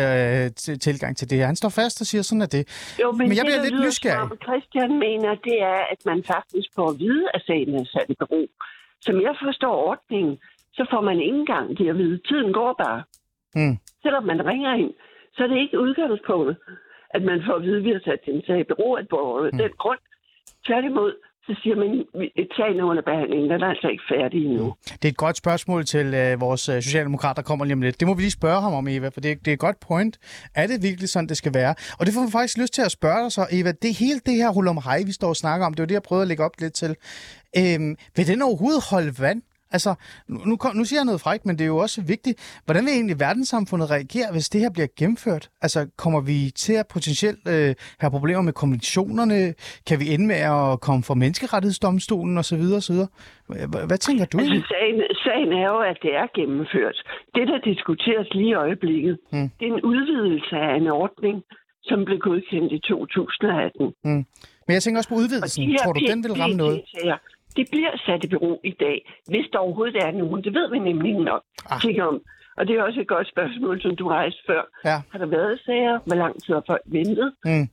tilgang til det her. Han står fast og siger, sådan er det. Jo, men jeg bliver lidt nysgerrig. Christian mener, det er, at man faktisk får at vide, at sagen er sat i bero. Som jeg forstår ordningen, så får man ikke engang det at vide. Tiden går bare. Selvom man ringer ind, så er det ikke udgangspunktet, at man får at vide, at vi har sat en sag i bero, at på den grund. Tværtimod, så siger man, sagen under behandlingen, den er altså ikke færdig endnu. Det er et godt spørgsmål til vores socialdemokrat, der kommer lige om lidt. Det må vi lige spørge ham om, Eva, for det er et godt point. Er det virkelig sådan, det skal være? Og det får man faktisk lyst til at spørge dig så, Eva. Det hele det her hurlumhej, vi står og snakker om, det er jo det, jeg prøvede at lægge op lidt til. Vil den overhovedet holde vand? Altså, nu siger jeg noget frækt, men det er jo også vigtigt. Hvordan vil egentlig verdenssamfundet reagere, hvis det her bliver gennemført? Altså, kommer vi til at potentielt have problemer med konventionerne? Kan vi ende med at komme for menneskerettighedsdomstolen osv. osv.? Hvad tænker du? Altså, sagen er jo, at det er gennemført. Det, der diskuteres lige i øjeblikket, det er en udvidelse af en ordning, som blev godkendt i 2018. Men jeg tænker også på udvidelsen. Tror du, den vil ramme noget? Det bliver sat i bero i dag, hvis der overhovedet er nogen. Det ved vi nemlig ikke nok om. Og det er også et godt spørgsmål, som du rejste før. Ja. Har der været sager? Hvor lang tid har folk ventet?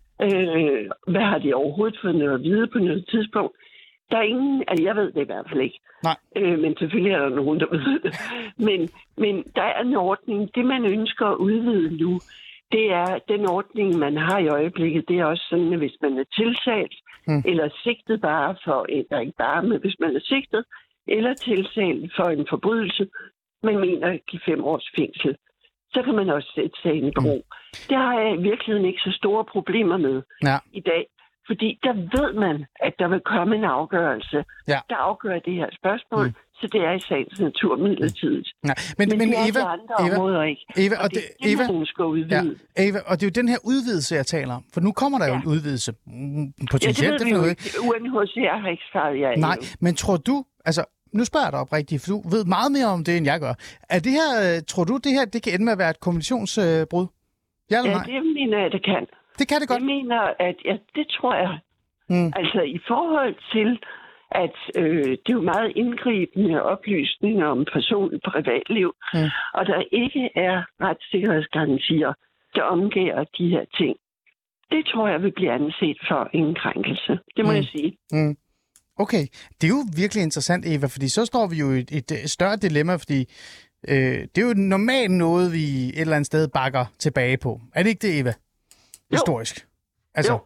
Hvad har de overhovedet fået noget at vide på noget tidspunkt? Der er ingen... Altså, jeg ved det i hvert fald ikke. Nej. Men selvfølgelig er der nogen, der ved det. Men der er en ordning. Det, man ønsker at udvide nu, det er den ordning, man har i øjeblikket. Det er også sådan, at hvis man er tiltalt, eller sigtet bare for, eller ikke bare, men hvis man er sigtet, eller tiltalt for en forbrydelse, man mener at give 5 års fængsel, så kan man også sætte sagen i bero. Det har jeg i virkeligheden ikke så store problemer med i dag. Fordi der ved man, at der vil komme en afgørelse, der afgør det her spørgsmål, så det er i sagens natur midlertidigt. Ja. Men det er Eva, andre områder ikke. Eva, og det er det, man ønsker at udvide. Ja. Eva, og det er jo den her udvidelse, jeg taler om. For nu kommer der jo en udvidelse. Potentielt. Ja, det ved vi jo ikke. UNHCR har ikke svaret jer. Nej, men tror du, altså nu spørger jeg dig oprigtigt, for du ved meget mere om det, end jeg gør. Er det her, tror du, det kan ende med at være et konventionsbrud? Ja, det mener jeg, det kan. Det kan det godt. Jeg mener, at det tror jeg. Altså i forhold til, at det er jo meget indgribende oplysninger om personligt privatliv, og der ikke er retssikkerhedsgarantier, der omgiver de her ting. Det tror jeg vil blive anset for en krænkelse. Det må jeg sige. Okay, det er jo virkelig interessant, Eva, fordi så står vi jo i et større dilemma, fordi det er jo normalt noget, vi et eller andet sted bakker tilbage på. Er det ikke det, Eva? Historisk. Altså,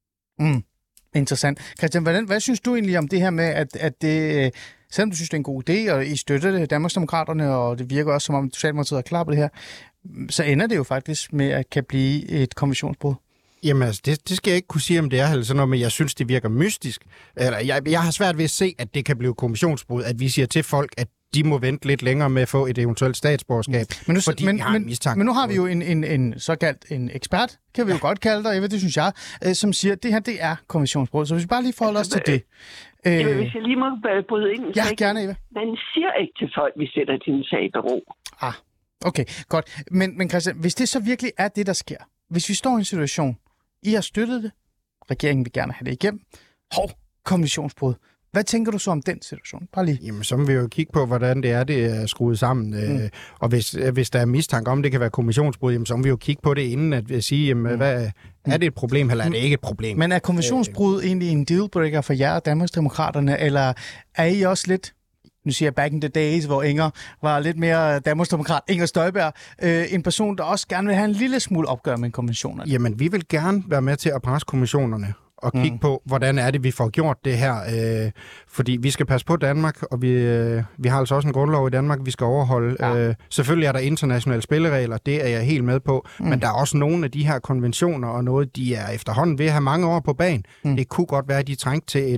interessant. Christian, hvad synes du egentlig om det her med, at det, selvom du synes, det er en god idé, og I støtter det, Danmarksdemokraterne, og det virker også, som om Socialdemokratiet er klar på det her, så ender det jo faktisk med at kan blive et konventionsbrud? Jamen altså, det skal jeg ikke kunne sige, om det er sådan noget, men jeg synes, det virker mystisk. Eller, jeg har svært ved at se, at det kan blive konventionsbrud, at vi siger til folk, at de må vente lidt længere med at få et eventuelt statsborgerskab, men nu har vi jo en såkaldt en ekspert, kan vi jo godt kalde dig, Eva, det synes jeg, som siger, at det her, det er konventionsbrud. Så hvis vi bare lige forholder os til det. Hvis jeg lige må bryde ind. Ja, gerne, Eva. Man siger ikke til folk, vi sætter din sag i bero. Okay, godt. Men Christian, hvis det så virkelig er det, der sker, hvis vi står i en situation, I har støttet det, regeringen vil gerne have det igennem, konventionsbrud. Hvad tænker du så om den situation? Bare lige. Jamen, så må vi jo kigge på, hvordan det er skruet sammen. Og hvis der er mistanke om, det kan være konventionsbrud, jamen, så må vi jo kigge på det inden at sige, jamen, hvad, er det et problem, eller er det ikke et problem? Men er konventionsbrud egentlig en dealbreaker for jer og Danmarksdemokraterne, eller er I også lidt, nu siger jeg back in the days, hvor Inger var lidt mere Danmarksdemokrat, Inger Støjberg, en person, der også gerne vil have en lille smule opgør med konventionerne? Jamen, vi vil gerne være med til at presse konventionerne og kigge på, hvordan er det, vi får gjort det her. Fordi vi skal passe på Danmark, og vi har altså også en grundlov i Danmark, vi skal overholde. Selvfølgelig er der internationale spilleregler, det er jeg helt med på, men der er også nogle af de her konventioner, og noget, de er efterhånden ved at have mange år på banen. Det kunne godt være, at de trængte til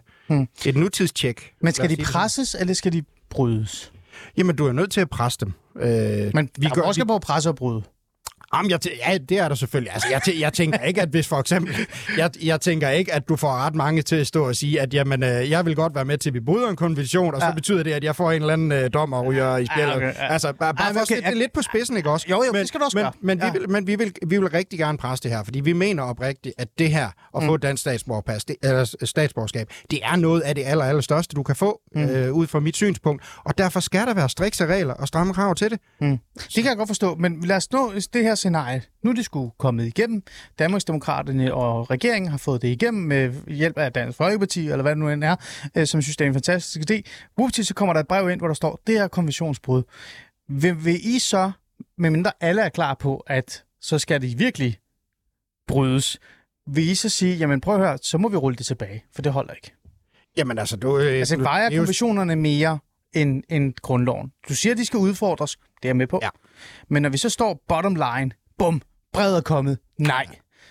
et nutidstjek. Men skal de presses, eller skal de brydes? Jamen, du er nødt til at presse dem. Men vi gør også på at presse og bryde. Jamen, ja, det er der selvfølgelig. Altså, jeg tænker ikke, at hvis for eksempel... Jeg tænker ikke, at du får ret mange til at stå og sige, at jamen, jeg vil godt være med til, at vi bryder en konvention, og så betyder det, at jeg får en eller anden dom og ryger i spjældet. Okay. Altså, bare for at sætte det lidt på spidsen, ikke også? Jo, det skal du også gøre. Men vi vil rigtig gerne presse det her, fordi vi mener oprigtigt, at det her, at få dansk statsborgerskab, det er noget af det allerstørste, du kan få, ud fra mit synspunkt. Og derfor skal der være strikse regler og stramme krav til det. Det kan jeg godt forstå, men lad os nå det her scenarie. Nu er det sgu kommet igennem. Danmarksdemokraterne og regeringen har fået det igennem med hjælp af Dansk Folkeparti, eller hvad det nu end er, som synes, det er en fantastisk idé. Whoopty, så kommer der et brev ind, hvor der står, det er konventionsbrud. Vil I så, medmindre alle er klar på, at så skal det virkelig brydes, vil I så sige, jamen prøv at høre, så må vi rulle det tilbage, for det holder ikke? Jamen altså, vejer konventionerne mere end grundloven. Du siger, at de skal udfordres. Det er jeg med på. Ja. Men når vi så står bottom line, bum, brevet er kommet, nej.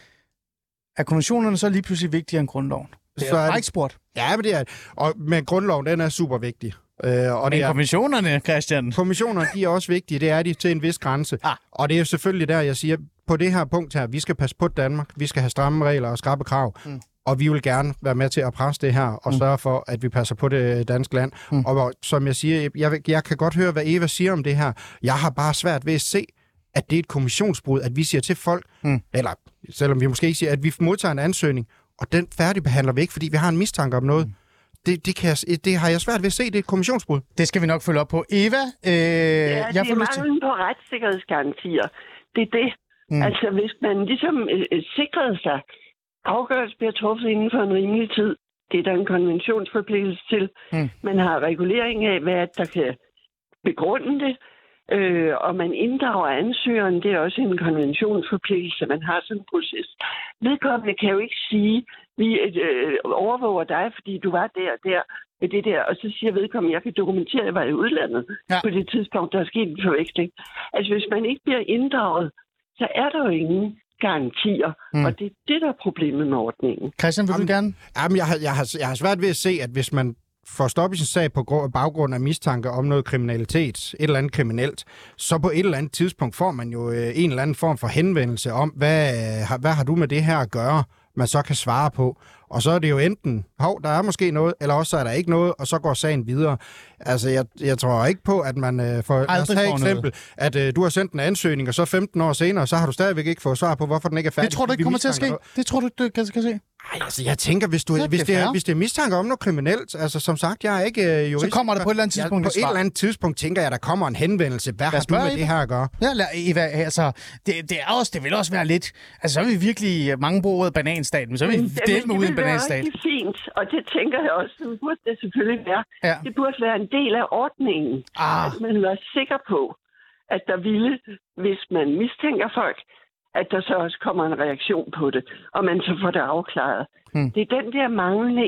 Er konventionerne så lige pludselig vigtigere end grundloven? Det er jo ikke spurgt. Ja, men det er. Men grundloven, den er super vigtig. Men konventionerne, Christian? Konventionerne, de er også vigtige. Det er de til en vis grænse. Og det er jo selvfølgelig der, jeg siger, på det her punkt her, vi skal passe på Danmark. Vi skal have stramme regler og skrappe krav. Og vi vil gerne være med til at presse det her og sørge for, at vi passer på det danske land. Og som jeg siger, jeg kan godt høre, hvad Eva siger om det her. Jeg har bare svært ved at se, at det er et kommissionsbrud, at vi siger til folk, eller selvom vi måske ikke siger, at vi modtager en ansøgning, og den færdigbehandler vi ikke, fordi vi har en mistanke om noget. Det har jeg svært ved at se, det er et kommissionsbrud. Det skal vi nok følge op på. Eva? Det er manglen på retssikkerhedsgarantier. Det er det. Altså, hvis man ligesom sikrede sig, afgørelse bliver truffet inden for en rimelig tid, det er der en konventionsforpligtelse til. Man har regulering af, hvad der kan begrunde det, og man inddrager ansøgeren, det er også en konventionsforpligtelse, man har sådan en proces. Vedkommende kan jo ikke sige, vi overvåger dig, fordi du var der og der med det der, og så siger vedkommende, jeg kan dokumentere, at jeg var i udlandet på det tidspunkt, der er sket en forveksling. Altså, hvis man ikke bliver inddraget, så er der jo ingen garantier, og det er det, der er problemet med ordningen. Christian, vil du gerne? Jamen, jeg har svært ved at se, at hvis man får stoppet sin sag på baggrund af mistanke om noget kriminalitet, et eller andet kriminelt, så på et eller andet tidspunkt får man jo en eller anden form for henvendelse om, hvad har du med det her at gøre, man så kan svare på. Og så er det jo enten, der er måske noget, eller også er der ikke noget, og så går sagen videre. Altså, jeg tror ikke på, at man får... Lad os tage et eksempel, at du har sendt en ansøgning, og så 15 år senere, så har du stadigvæk ikke fået svar på, hvorfor den ikke er færdig. Det tror du ikke kommer til at ske? Det tror du kan se? Ej, altså, jeg tænker, hvis det er mistanke om noget kriminelt, altså som sagt, jeg er ikke jurist. Så kommer der på et eller andet tidspunkt på et eller andet tidspunkt tænker jeg, der kommer en henvendelse. Hvad har du med det her at gøre? Ja, Eva, altså, det vil også være lidt... Altså, så er vi virkelig mange bruger ordet bananstaten, men så er vi delt med ud en bananstat. Det er fint, og det tænker jeg også, det burde det selvfølgelig være. Ja. Det burde være en del af ordningen, at man var sikker på, at der ville, hvis man mistænker folk, at der så også kommer en reaktion på det, og man så får det afklaret. Det er den der manglende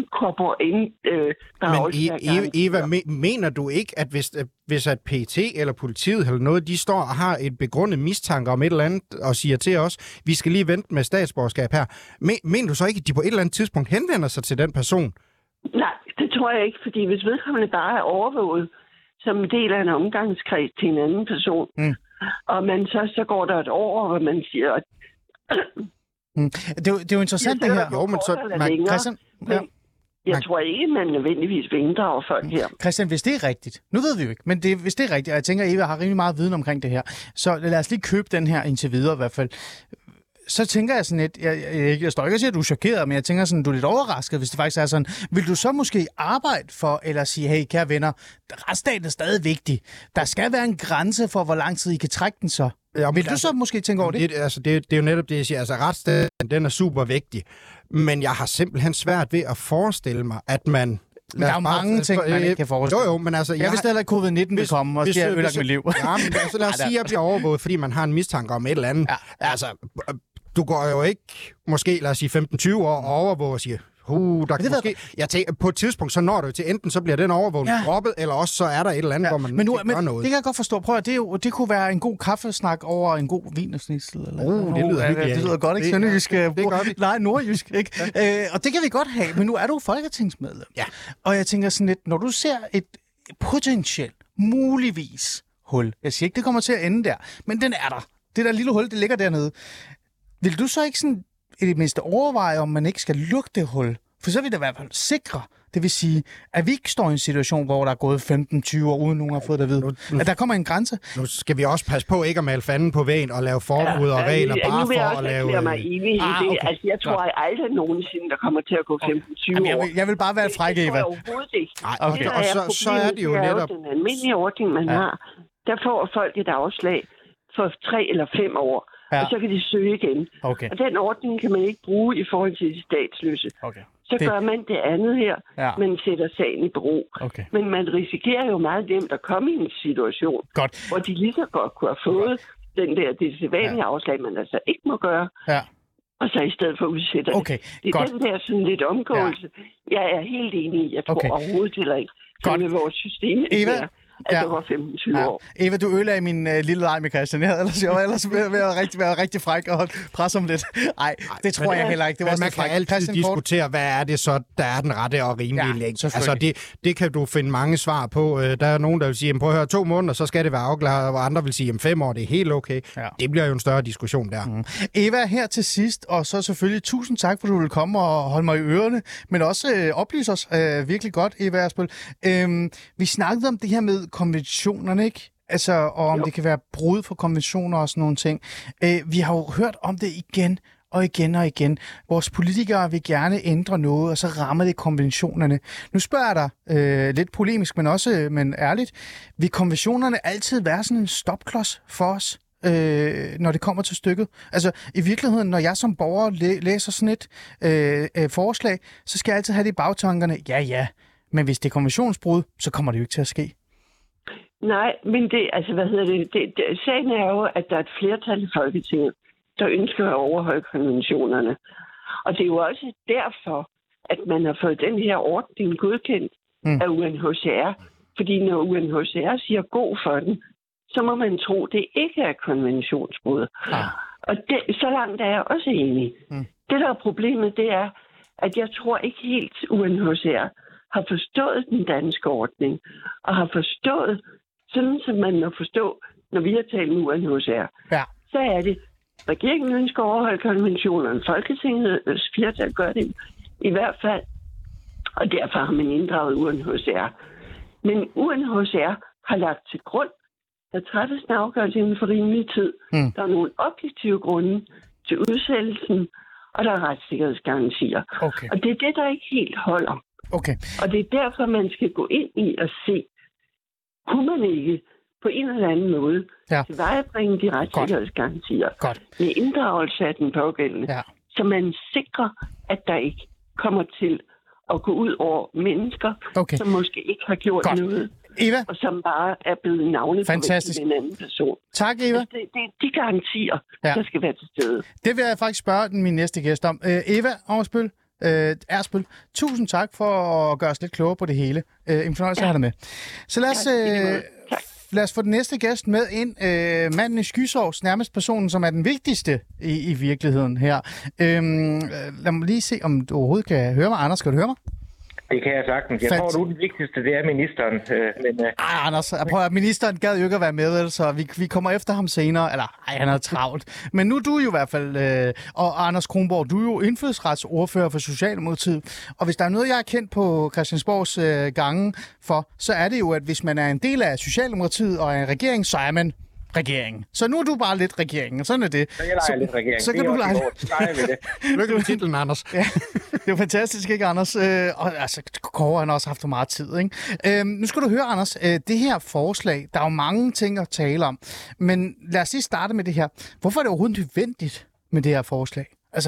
Men Eva, mener du ikke, at hvis at PET eller politiet eller noget, de står og har et begrundet mistanke om et eller andet, og siger til os, vi skal lige vente med statsborgerskab her, mener du så ikke, at de på et eller andet tidspunkt henvender sig til den person? Nej, det tror jeg ikke, fordi hvis vedkommende bare er overvåget som en del af en omgangskreds til en anden person, og man så går der et år, hvor man siger... Det er jo interessant, det her. Jo, men så... Christian, jeg tror ikke, man nødvendigvis vil inddrage folk her. Christian, hvis det er rigtigt, nu ved vi jo ikke, men hvis det er rigtigt, og jeg tænker, at Eva har rimelig meget viden omkring det her, så lad os lige købe den her indtil videre i hvert fald. Så tænker jeg sådan lidt, jeg står ikke og siger, at du er chokeret, men jeg tænker sådan, du er lidt overrasket, hvis det faktisk er sådan. Vil du så måske arbejde for, eller sige, hey, kære venner, retsstaten er stadig vigtig. Der skal være en grænse for, hvor lang tid I kan trække den så. Ja, vil du så måske tænke over det? Det er jo netop det, jeg siger. Altså, retsstaten, den er super vigtig. Men jeg har simpelthen svært ved at forestille mig, at man... Men der er jo mange ting, man ikke kan forestille. Jo, men altså... Jeg vidste heller ikke, COVID-19 vil komme, og det har ødelagt mit liv. Ja, men altså, lad os sige, at jeg bliver overvåget, fordi man har en mistanke om et eller andet. Ja. Altså, du går jo ikke, måske, lad os sige, 15-20 år og overvåger og siger... der kan måske, jeg tænker, på et tidspunkt, så når du til enten, så bliver den overvågning droppet, eller også så er der et eller andet, hvor man ikke gør noget. Det kan jeg godt forstå. Prøv at det kunne være en god kaffesnak over en god vinersnitsel. Det lyder hyggeligt. Det lyder godt, ikke? Sønderjysk. Nej, nordjysk, ikke? Og det kan vi godt have, men nu er du folketingsmedlem. Ja. Og jeg tænker sådan lidt, når du ser et potentielt, muligvis hul, jeg siger ikke, det kommer til at ende der, men den er der. Det der lille hul, det ligger dernede. Vil du så ikke sådan i det mindste overveje, om man ikke skal lukke det hul? For så vil det i hvert fald sikre, det vil sige, at vi ikke står i en situation, hvor der er gået 15-20 år, uden nogen har fået det at vide. At der kommer en grænse. Nu skal vi også passe på ikke at male fanden på væggen og lave forbud og regler bare for at lave... Jeg mig enig i det. Okay. Altså, jeg tror aldrig nogensinde, der kommer til at gå 15-20 år. Jeg vil bare være fræk, Eva. Det tror jeg overhovedet ikke. Okay. Og så er det jo netop... Den almindelige ordning, man har, der får folk et afslag for 3 eller 5 år. Ja. Og så kan de søge igen. Okay. Og den ordning kan man ikke bruge i forhold til de statsløse. Okay. Så gør man det andet her, man sætter sagen i bero. Okay. Men man risikerer jo meget nemt at komme i en situation, hvor de lige så godt kunne have fået den der sædvanlige afslag, man altså ikke må gøre. Ja. og så i stedet for udsætter det. Okay, det er godt. den der sådan lidt omgåelse. Ja. Jeg er helt enig i. Jeg tror overhovedet heller ikke, at vores system er at det var 25 år. Eva, du ødelagde min lille leg med Christian. Jeg havde ellers været rigtig fræk og presse om lidt. Nej, det tror jeg heller ikke. Det var men man kan altid diskutere, hvad er det så, der er den rette og rimelige længde. Altså, det kan du finde mange svar på. Der er nogen, der vil sige, prøv at høre, 2 måneder, så skal det være afklaret, og andre vil sige, 5 år, det er helt okay. Ja. Det bliver jo en større diskussion der. Eva, her til sidst, og så selvfølgelig tusind tak, for du vil komme og holde mig i ørerne, men også oplyse os virkelig godt, Eva Ersbøll. Vi snakkede om det her med konventionerne, ikke? Altså, og om det kan være brud for konventioner og sådan nogle ting. Vi har jo hørt om det igen og igen og igen. Vores politikere vil gerne ændre noget, og så rammer det konventionerne. Nu spørger jeg dig, lidt polemisk, men også ærligt, vil konventionerne altid være sådan en stopklods for os, når det kommer til stykket? Altså, i virkeligheden, når jeg som borger læser sådan et forslag, så skal jeg altid have det i bagtankerne. Ja, men hvis det er konventionsbrud, så kommer det jo ikke til at ske. Nej, men sagen er jo, at der er et flertal i Folketinget, der ønsker at overholde konventionerne. Og det er jo også derfor, at man har fået den her ordning godkendt af UNHCR. Fordi når UNHCR siger god for den, så må man tro, det ikke er konventionsbrud. Og så langt er jeg også enig. Det, der er problemet, det er, at jeg tror ikke helt UNHCR har forstået den danske ordning, og har forstået, sådan som man må forstå, når vi har talt med UNHCR, så er det, regeringen ønsker at overholde konventionerne, Folketingets flertal gør det i hvert fald, og derfor har man inddraget UNHCR. Men UNHCR har lagt til grund, der træffes en afgørelse inden for rimelig tid. Der er nogle objektive grunde til udsættelsen, og der er retssikkerhedsgarantier. Okay. Og det er det, der ikke helt holder. Okay. Og det er derfor, man skal gå ind i og se, kunne man ikke på en eller anden måde tilvejebringe de retssikkerhedsgarantier med inddragelse af den pågældende, så man sikrer, at der ikke kommer til at gå ud over mennesker, som måske ikke har gjort noget, Eva? Og som bare er blevet navneforvægtet med en anden person. Tak, Eva. Altså, det er de garantier, der skal være til stede. Det vil jeg faktisk spørge min næste gæst om. Eva Ersbøll, tusind tak for at gøre os lidt klogere på det hele. En fornøjelse at have dig med. Så lad os få den næste gæst med ind. Manden i skysovs, nærmest personen, som er den vigtigste i virkeligheden her. Lad mig lige se, om du overhovedet kan høre mig. Anders, kan du høre mig? Det kan jeg sagtens. Jeg tror, den vigtigste, det er ministeren. Anders, prøv at ministeren gad jo ikke at være med, så vi kommer efter ham senere. Han er travlt. Men nu er du jo i hvert fald, og Anders Kronborg, du er jo indfødsretsordfører for Socialdemokratiet. Og hvis der er noget, jeg har kendt på Christiansborgs gange for, så er det jo, at hvis man er en del af Socialdemokratiet og en regering, så er man regeringen. Så nu er du bare lidt regeringen, og sådan er det. Så jeg leger lidt regeringen. Så kan du lege. Lykke med titlen, Anders. Ja, det er jo fantastisk, ikke, Anders? Og altså, Kåre har også haft meget tid, ikke? Nu skal du høre, Anders, det her forslag, der er jo mange ting at tale om, men lad os lige starte med det her. Hvorfor er det overhovedet nødvendigt med det her forslag? Altså...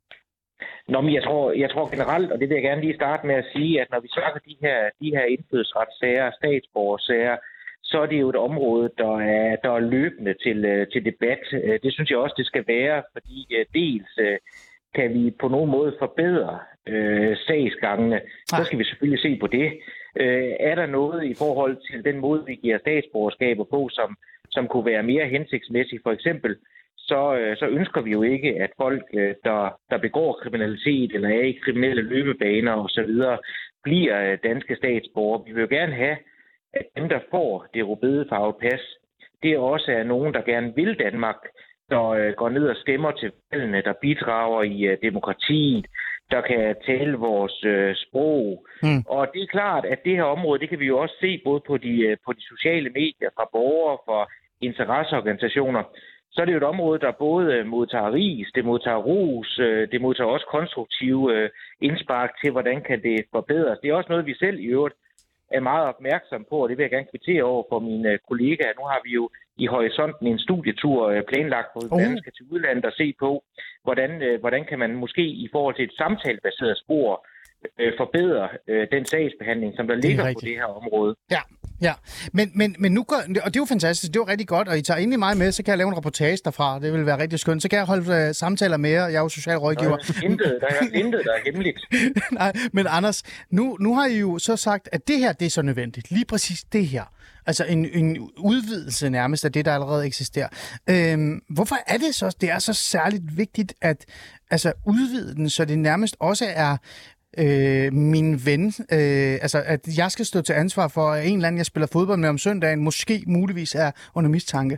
Nå, men jeg tror generelt, og det vil jeg gerne lige starte med at sige, at når vi snakker de her indfødsretssager, statsborgersager, så er det jo et område, der er løbende til debat. Det synes jeg også, det skal være, fordi dels kan vi på nogen måde forbedre sagsgangene. Så skal vi selvfølgelig se på det. Er der noget i forhold til den måde, vi giver statsborgerskaber på, som kunne være mere hensigtsmæssigt? For eksempel, så ønsker vi jo ikke, at folk, der begår kriminalitet eller er i kriminelle løbebaner osv., bliver danske statsborgere. Vi vil jo gerne have, at dem, der får det rødbedefarvede pas, det også er nogen, der gerne vil Danmark, der går ned og stemmer til valgene, der bidrager i demokratiet, der kan tale vores sprog. Og det er klart, at det her område, det kan vi jo også se både på de sociale medier, fra borgere, fra interesseorganisationer. Så er det jo et område, der både modtager ris, det modtager ros, det modtager også konstruktive indspark til, hvordan kan det forbedres. Det er også noget, vi selv i øvrigt er meget opmærksom på, og det vil jeg gerne kvittere over for mine kollegaer. Nu har vi jo i horisonten en studietur planlagt, hvor vi blandt andet skal til udlandet og se på, hvordan kan man måske i forhold til et samtalebaseret spor forbedre den sagsbehandling, som der ligger på det her område. Ja. Men nu og det er jo fantastisk, det er jo rigtig godt, og I tager egentlig meget med, så kan jeg lave en reportage derfra, det vil være rigtig skønt. Så kan jeg holde samtaler med jer, jeg er jo socialrådgiver. Der er intet, der er hemmeligt. Nej, men Anders, nu har I jo så sagt, at det her, det er så nødvendigt. Lige præcis det her. Altså en udvidelse nærmest af det, der allerede eksisterer. Hvorfor er det er så særligt vigtigt at udvide den, så det nærmest også er min ven, at jeg skal stå til ansvar for, at en eller anden, jeg spiller fodbold med om søndagen, måske muligvis er under mistanke?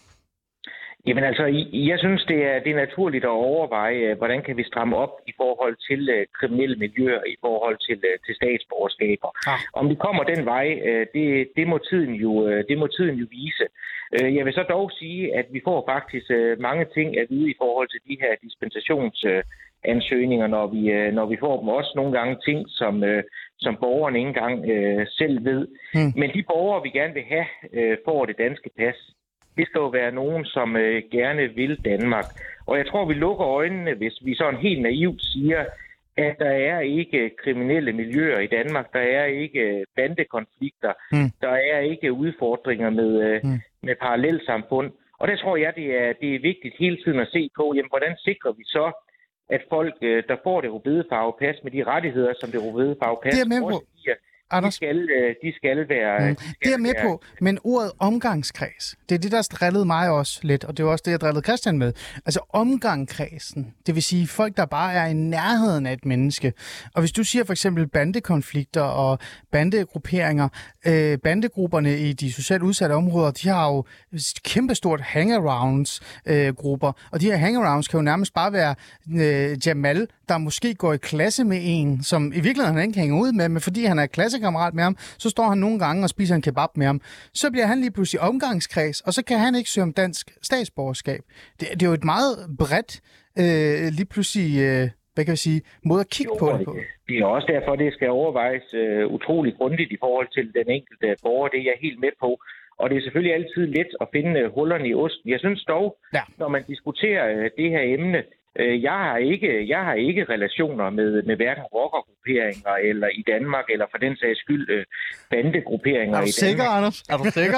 Jamen altså, jeg synes, det er naturligt at overveje, hvordan kan vi stramme op i forhold til kriminelle miljøer, i forhold til statsborgerskaber. Om vi kommer den vej, det må tiden jo vise. Jeg vil så dog sige, at vi får faktisk mange ting at vide i forhold til de her dispensationsansøgninger, når vi får dem også nogle gange ting, som borgerne ikke engang selv ved. Men de borgere, vi gerne vil have, får det danske pas. Det skal jo være nogen, som gerne vil Danmark. Og jeg tror, vi lukker øjnene, hvis vi sådan helt naivt siger, at der er ikke kriminelle miljøer i Danmark. Der er ikke bandekonflikter. Der er ikke udfordringer med parallelsamfund. Og der tror jeg, det er vigtigt hele tiden at se på, jamen, hvordan sikrer vi så, at folk, der får det rødbedefarve-pas med de rettigheder, som det rødbedefarve-pas også giver, Anders, de skal være... det er jeg med på, men ordet omgangskreds, det er det, der drillede mig også lidt, og det er også det, jeg drillede Christian med. Altså omgangskredsen, det vil sige folk, der bare er i nærheden af et menneske. Og hvis du siger for eksempel bandekonflikter og bandegrupperinger, bandegrupperne i de socialt udsatte områder, de har jo kæmpestort hangarounds-grupper, og de her hangarounds kan jo nærmest bare være Jamal, der måske går i klasse med en, som i virkeligheden han ikke hænger ud med, men fordi han er klassekammerat med ham, så står han nogle gange og spiser en kebab med ham. Så bliver han lige pludselig omgangskreds, og så kan han ikke søge om dansk statsborgerskab. Det er jo et meget bredt, lige pludselig, hvad kan vi sige, måde at kigge på det på. Det er også derfor, det skal overvejes utrolig grundigt i forhold til den enkelte borger. Det er jeg helt med på. Og det er selvfølgelig altid let at finde hullerne i osten. Jeg synes dog, når man diskuterer det her emne, jeg har ikke relationer med hverken rockergrupperinger eller i Danmark, eller for den sags skyld bandegrupperinger i Danmark. Er du sikker, Anders? Er du sikker?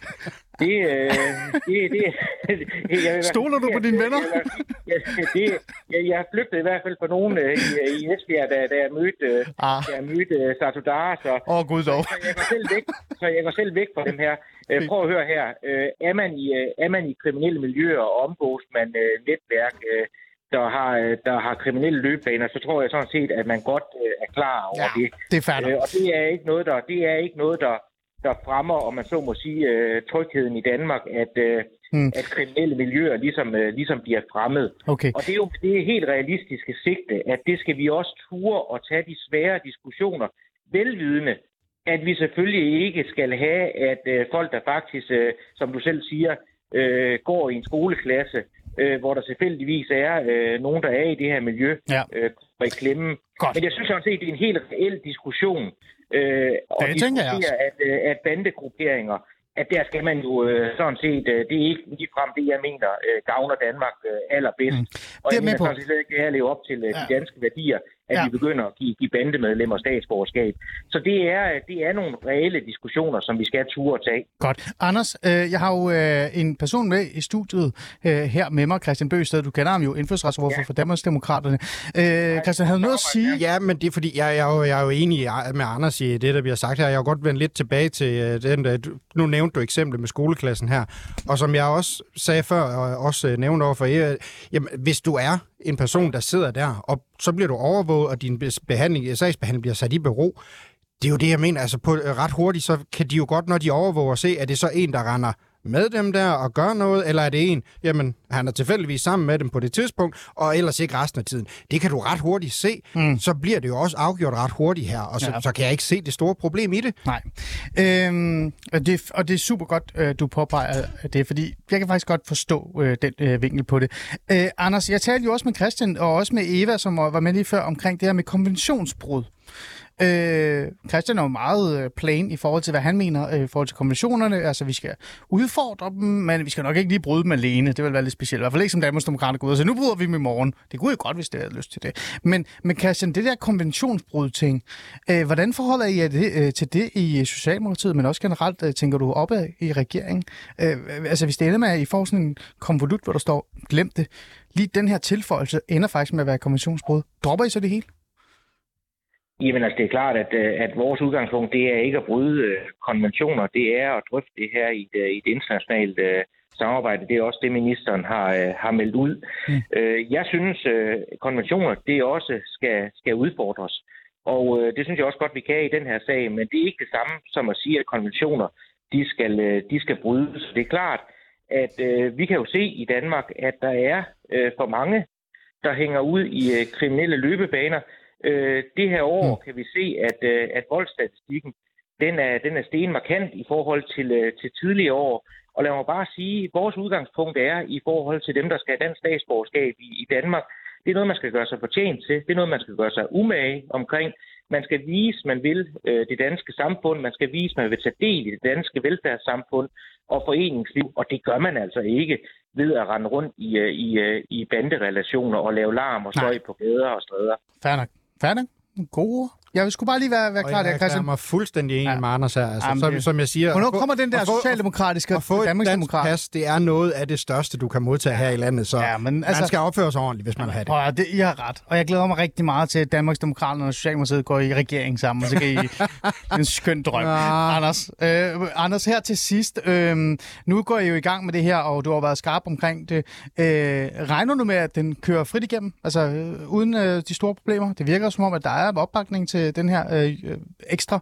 Stoler du på dine venner? Jeg har flygtet i hvert fald for nogen i Esbjerg, da jeg mødte Satudara. Gud dog. Så jeg går selv væk fra dem her. Prøv at høre her. Er man i kriminelle miljøer og omgås man netværk, der har kriminelle løbebaner, så tror jeg sådan set, at man godt er klar over det. Det er færdigt. Og det er ikke noget, der fremmer, om man så må sige, trygheden i Danmark, at kriminelle miljøer ligesom bliver fremmed. Okay. Og det er jo det helt realistiske sigte, at det skal vi også ture og tage de svære diskussioner, velvidende, at vi selvfølgelig ikke skal have, at folk, der faktisk, som du selv siger, går i en skoleklasse, hvor der selvfølgelig er nogen, der er i det her miljø, kommer i klemme. Godt. Men jeg synes sådan set, det er en helt reel diskussion. Og diskutere, at bandegrupperinger, at der skal man jo sådan set, det er ikke ligefrem det, jeg mener, gavner Danmark allerbedst. Og jeg mener sådan set ikke, at leve op til de danske værdier, at vi begynder at give bandemedlemmer statsborgerskab. Så det er nogle reelle diskussioner, som vi skal ture og tage. Godt. Anders, jeg har jo en person med i studiet her med mig, Christian Bøgsted. Du kender ham jo, indfødsretsordfører for Danmarksdemokraterne. Christian, havde du noget at sige? Ja, men det er fordi, jeg er jo enig med Anders i det, der bliver sagt her. Jeg har godt vendt lidt tilbage til den, nu nævnte du eksemplet med skoleklassen her. Og som jeg også sagde før, og også nævnte overfor jer, jamen, hvis du er en person, der sidder der, og så bliver du overvåget, og din sagsbehandling bliver sat i bero. Det er jo det, jeg mener. Altså, på ret hurtigt, så kan de jo godt, når de overvåger, se, at det er så en, der render med dem der og gør noget, eller er det en, jamen, han er tilfældigvis sammen med dem på det tidspunkt, og ellers ikke resten af tiden. Det kan du ret hurtigt se. Så bliver det jo også afgjort ret hurtigt her, og så kan jeg ikke se det store problem i det. Nej. Og det er super godt, du påpeger det, fordi jeg kan faktisk godt forstå den vinkel på det. Anders, jeg talte jo også med Christian, og også med Eva, som var med lige før, omkring det her med konventionsbrud. Christian er jo meget plain i forhold til, hvad han mener i forhold til konventionerne. Altså, vi skal udfordre dem, men vi skal nok ikke lige bryde dem alene. Det vil være lidt specielt. I hvert fald ikke som Danmarksdemokraterne går ud og siger, nu bryder vi dem i morgen. Det kunne jo godt, hvis det havde lyst til det. Men Christian, det der konventionsbrud-ting, hvordan forholder I til det i Socialdemokratiet, men også generelt, tænker du opad i regeringen? Altså, hvis det ender med, at I får sådan en konvolut, hvor der står, glem det. Lige den her tilføjelse ender faktisk med at være konventionsbrud. Dropper I så det hele? Jamen altså, det er klart, at vores udgangspunkt, det er ikke at bryde konventioner. Det er at drøfte det her i et internationalt samarbejde. Det er også det, ministeren har meldt ud. Jeg synes, konventioner, det også skal udfordres. Og det synes jeg også godt, vi kan i den her sag. Men det er ikke det samme som at sige, at konventioner, de skal brydes. Det er klart, at vi kan jo se i Danmark, at der er for mange, der hænger ud i kriminelle løbebaner. Det her år kan vi se, at voldsstatistikken den er steget markant i forhold til tidligere år. Og lad mig bare sige, at vores udgangspunkt er i forhold til dem, der skal have dansk statsborgerskab i Danmark. Det er noget, man skal gøre sig fortjent til. Det er noget, man skal gøre sig umage omkring. Man skal vise, man vil det danske samfund. Man skal vise, man vil tage del i det danske velfærdssamfund og foreningsliv. Og det gør man altså ikke ved at rende rundt i banderelationer og lave larm og støj på gader og stræder. Fair nok. Gode. Jeg skulle bare lige være klar der, Christian. Jeg er mig fuldstændig enig med Anders her. Altså, som jeg siger... Hvornår kommer den der socialdemokratiske og Danmarksdemokrat? Pas, det er noget af det største, du kan modtage her i landet, så man skal opføre sig ordentligt, hvis man vil have det. I har ret. Og jeg glæder mig rigtig meget til, at Danmarksdemokraterne og Socialdemokratiet går i regering sammen, og så kan I en skøn drøm. Anders, her til sidst. Nu går I jo i gang med det her, og du har været skarp omkring det. Regner du med, at den kører frit igennem? Altså uden de store problemer? Det virker som om, at der er opbakning til den her ekstra?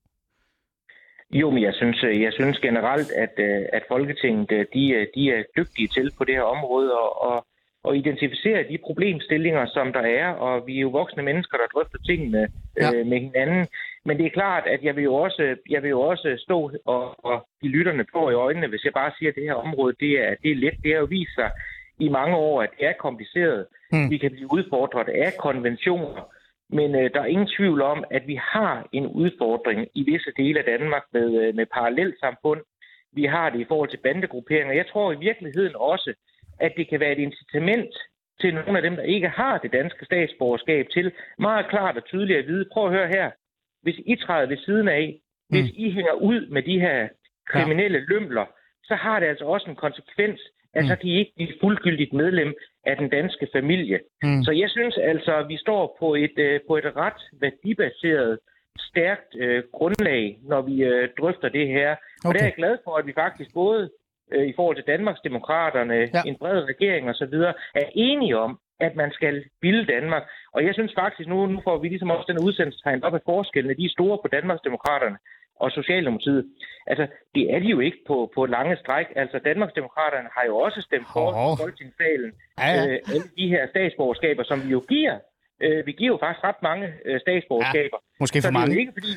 Jo, men jeg synes generelt, at Folketinget de er dygtige til på det her område og identificere de problemstillinger, som der er, og vi er jo voksne mennesker, der drøfter tingene med hinanden. Men det er klart, at jeg vil jo også stå og give lytterne på i øjnene, hvis jeg bare siger, at det her område, det er let. Det har jo vist sig i mange år, at det er kompliceret. Vi kan blive udfordret af konventioner. Men der er ingen tvivl om, at vi har en udfordring i visse dele af Danmark med parallelsamfund. Vi har det i forhold til bandegrupperinger. Jeg tror i virkeligheden også, at det kan være et incitament til nogle af dem, der ikke har det danske statsborgerskab til meget klart og tydeligt at vide. Prøv at høre her. Hvis I træder ved siden af, hvis I hænger ud med de her kriminelle lømler, så har det altså også en konsekvens. Altså, de er ikke et fuldgyldigt medlem af den danske familie. Så jeg synes altså, at vi står på et ret værdibaseret, stærkt grundlag, når vi drøfter det her. Og der er jeg glad for, at vi faktisk både i forhold til Danmarksdemokraterne, en bred regering osv., er enige om, at man skal bilde Danmark. Og jeg synes faktisk, nu får vi ligesom også den udsendelse tegnet op af forskellene. De er store på Danmarksdemokraterne og Socialdemokratiet. Altså, det er de jo ikke på lange stræk. Altså, Danmarksdemokraterne har jo også stemt for i Folketingssalen alle de her statsborgerskaber, som vi jo giver. Vi giver jo faktisk ret mange statsborgerskaber. Måske for mange. Det er jo ikke, fordi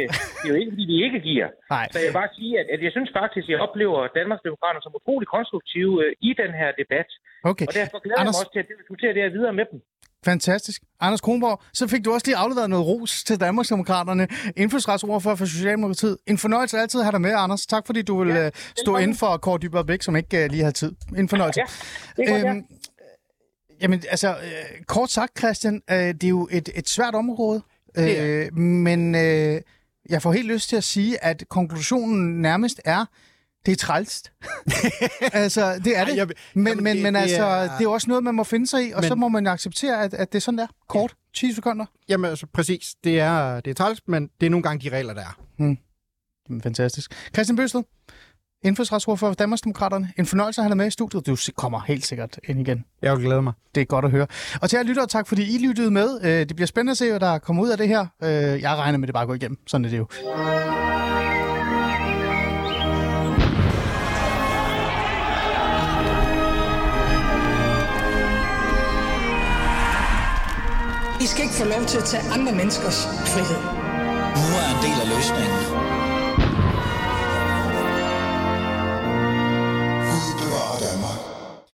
vi ikke giver. Nej. Så jeg vil bare sige, at jeg synes faktisk, at jeg oplever Danmarksdemokraterne som utrolig konstruktive i den her debat. Okay. Og derfor glæder jeg mig også til at diskutere det her videre med dem. Fantastisk. Anders Kronborg, så fik du også lige afleveret noget ros til Danmarksdemokraterne, indfødsretsordfører for Socialdemokratiet. En fornøjelse altid at have dig med, Anders. Tak fordi du vil stå inden for Kåre Dybvad Bech, som ikke lige har tid. En fornøjelse. Ja, det er godt, Jamen, altså, kort sagt, Christian, det er jo et svært område, men jeg får helt lyst til at sige, at konklusionen nærmest er, det er trælst. Altså, det er det. Men altså, det er jo også noget, man må finde sig i, og så må man acceptere, at det er sådan der. Kort. 10 sekunder. Jamen, altså, præcis. Det er trælst, men det er nogle gange de regler, der er. Jamen, fantastisk. Christian Bøsted, indfødsretsordfører for Danmarksdemokraterne. En fornøjelse at have dig med i studiet. Du kommer helt sikkert ind igen. Jeg vil glæde mig. Det er godt at høre. Og til jer lyttere, tak fordi I lyttede med. Det bliver spændende at se, hvad der kommer ud af det her. Jeg regner med, det bare går igennem. Sådan er det jo. I skal ikke få lov til at tage andre menneskers frihed. Nu er en del af løsningen.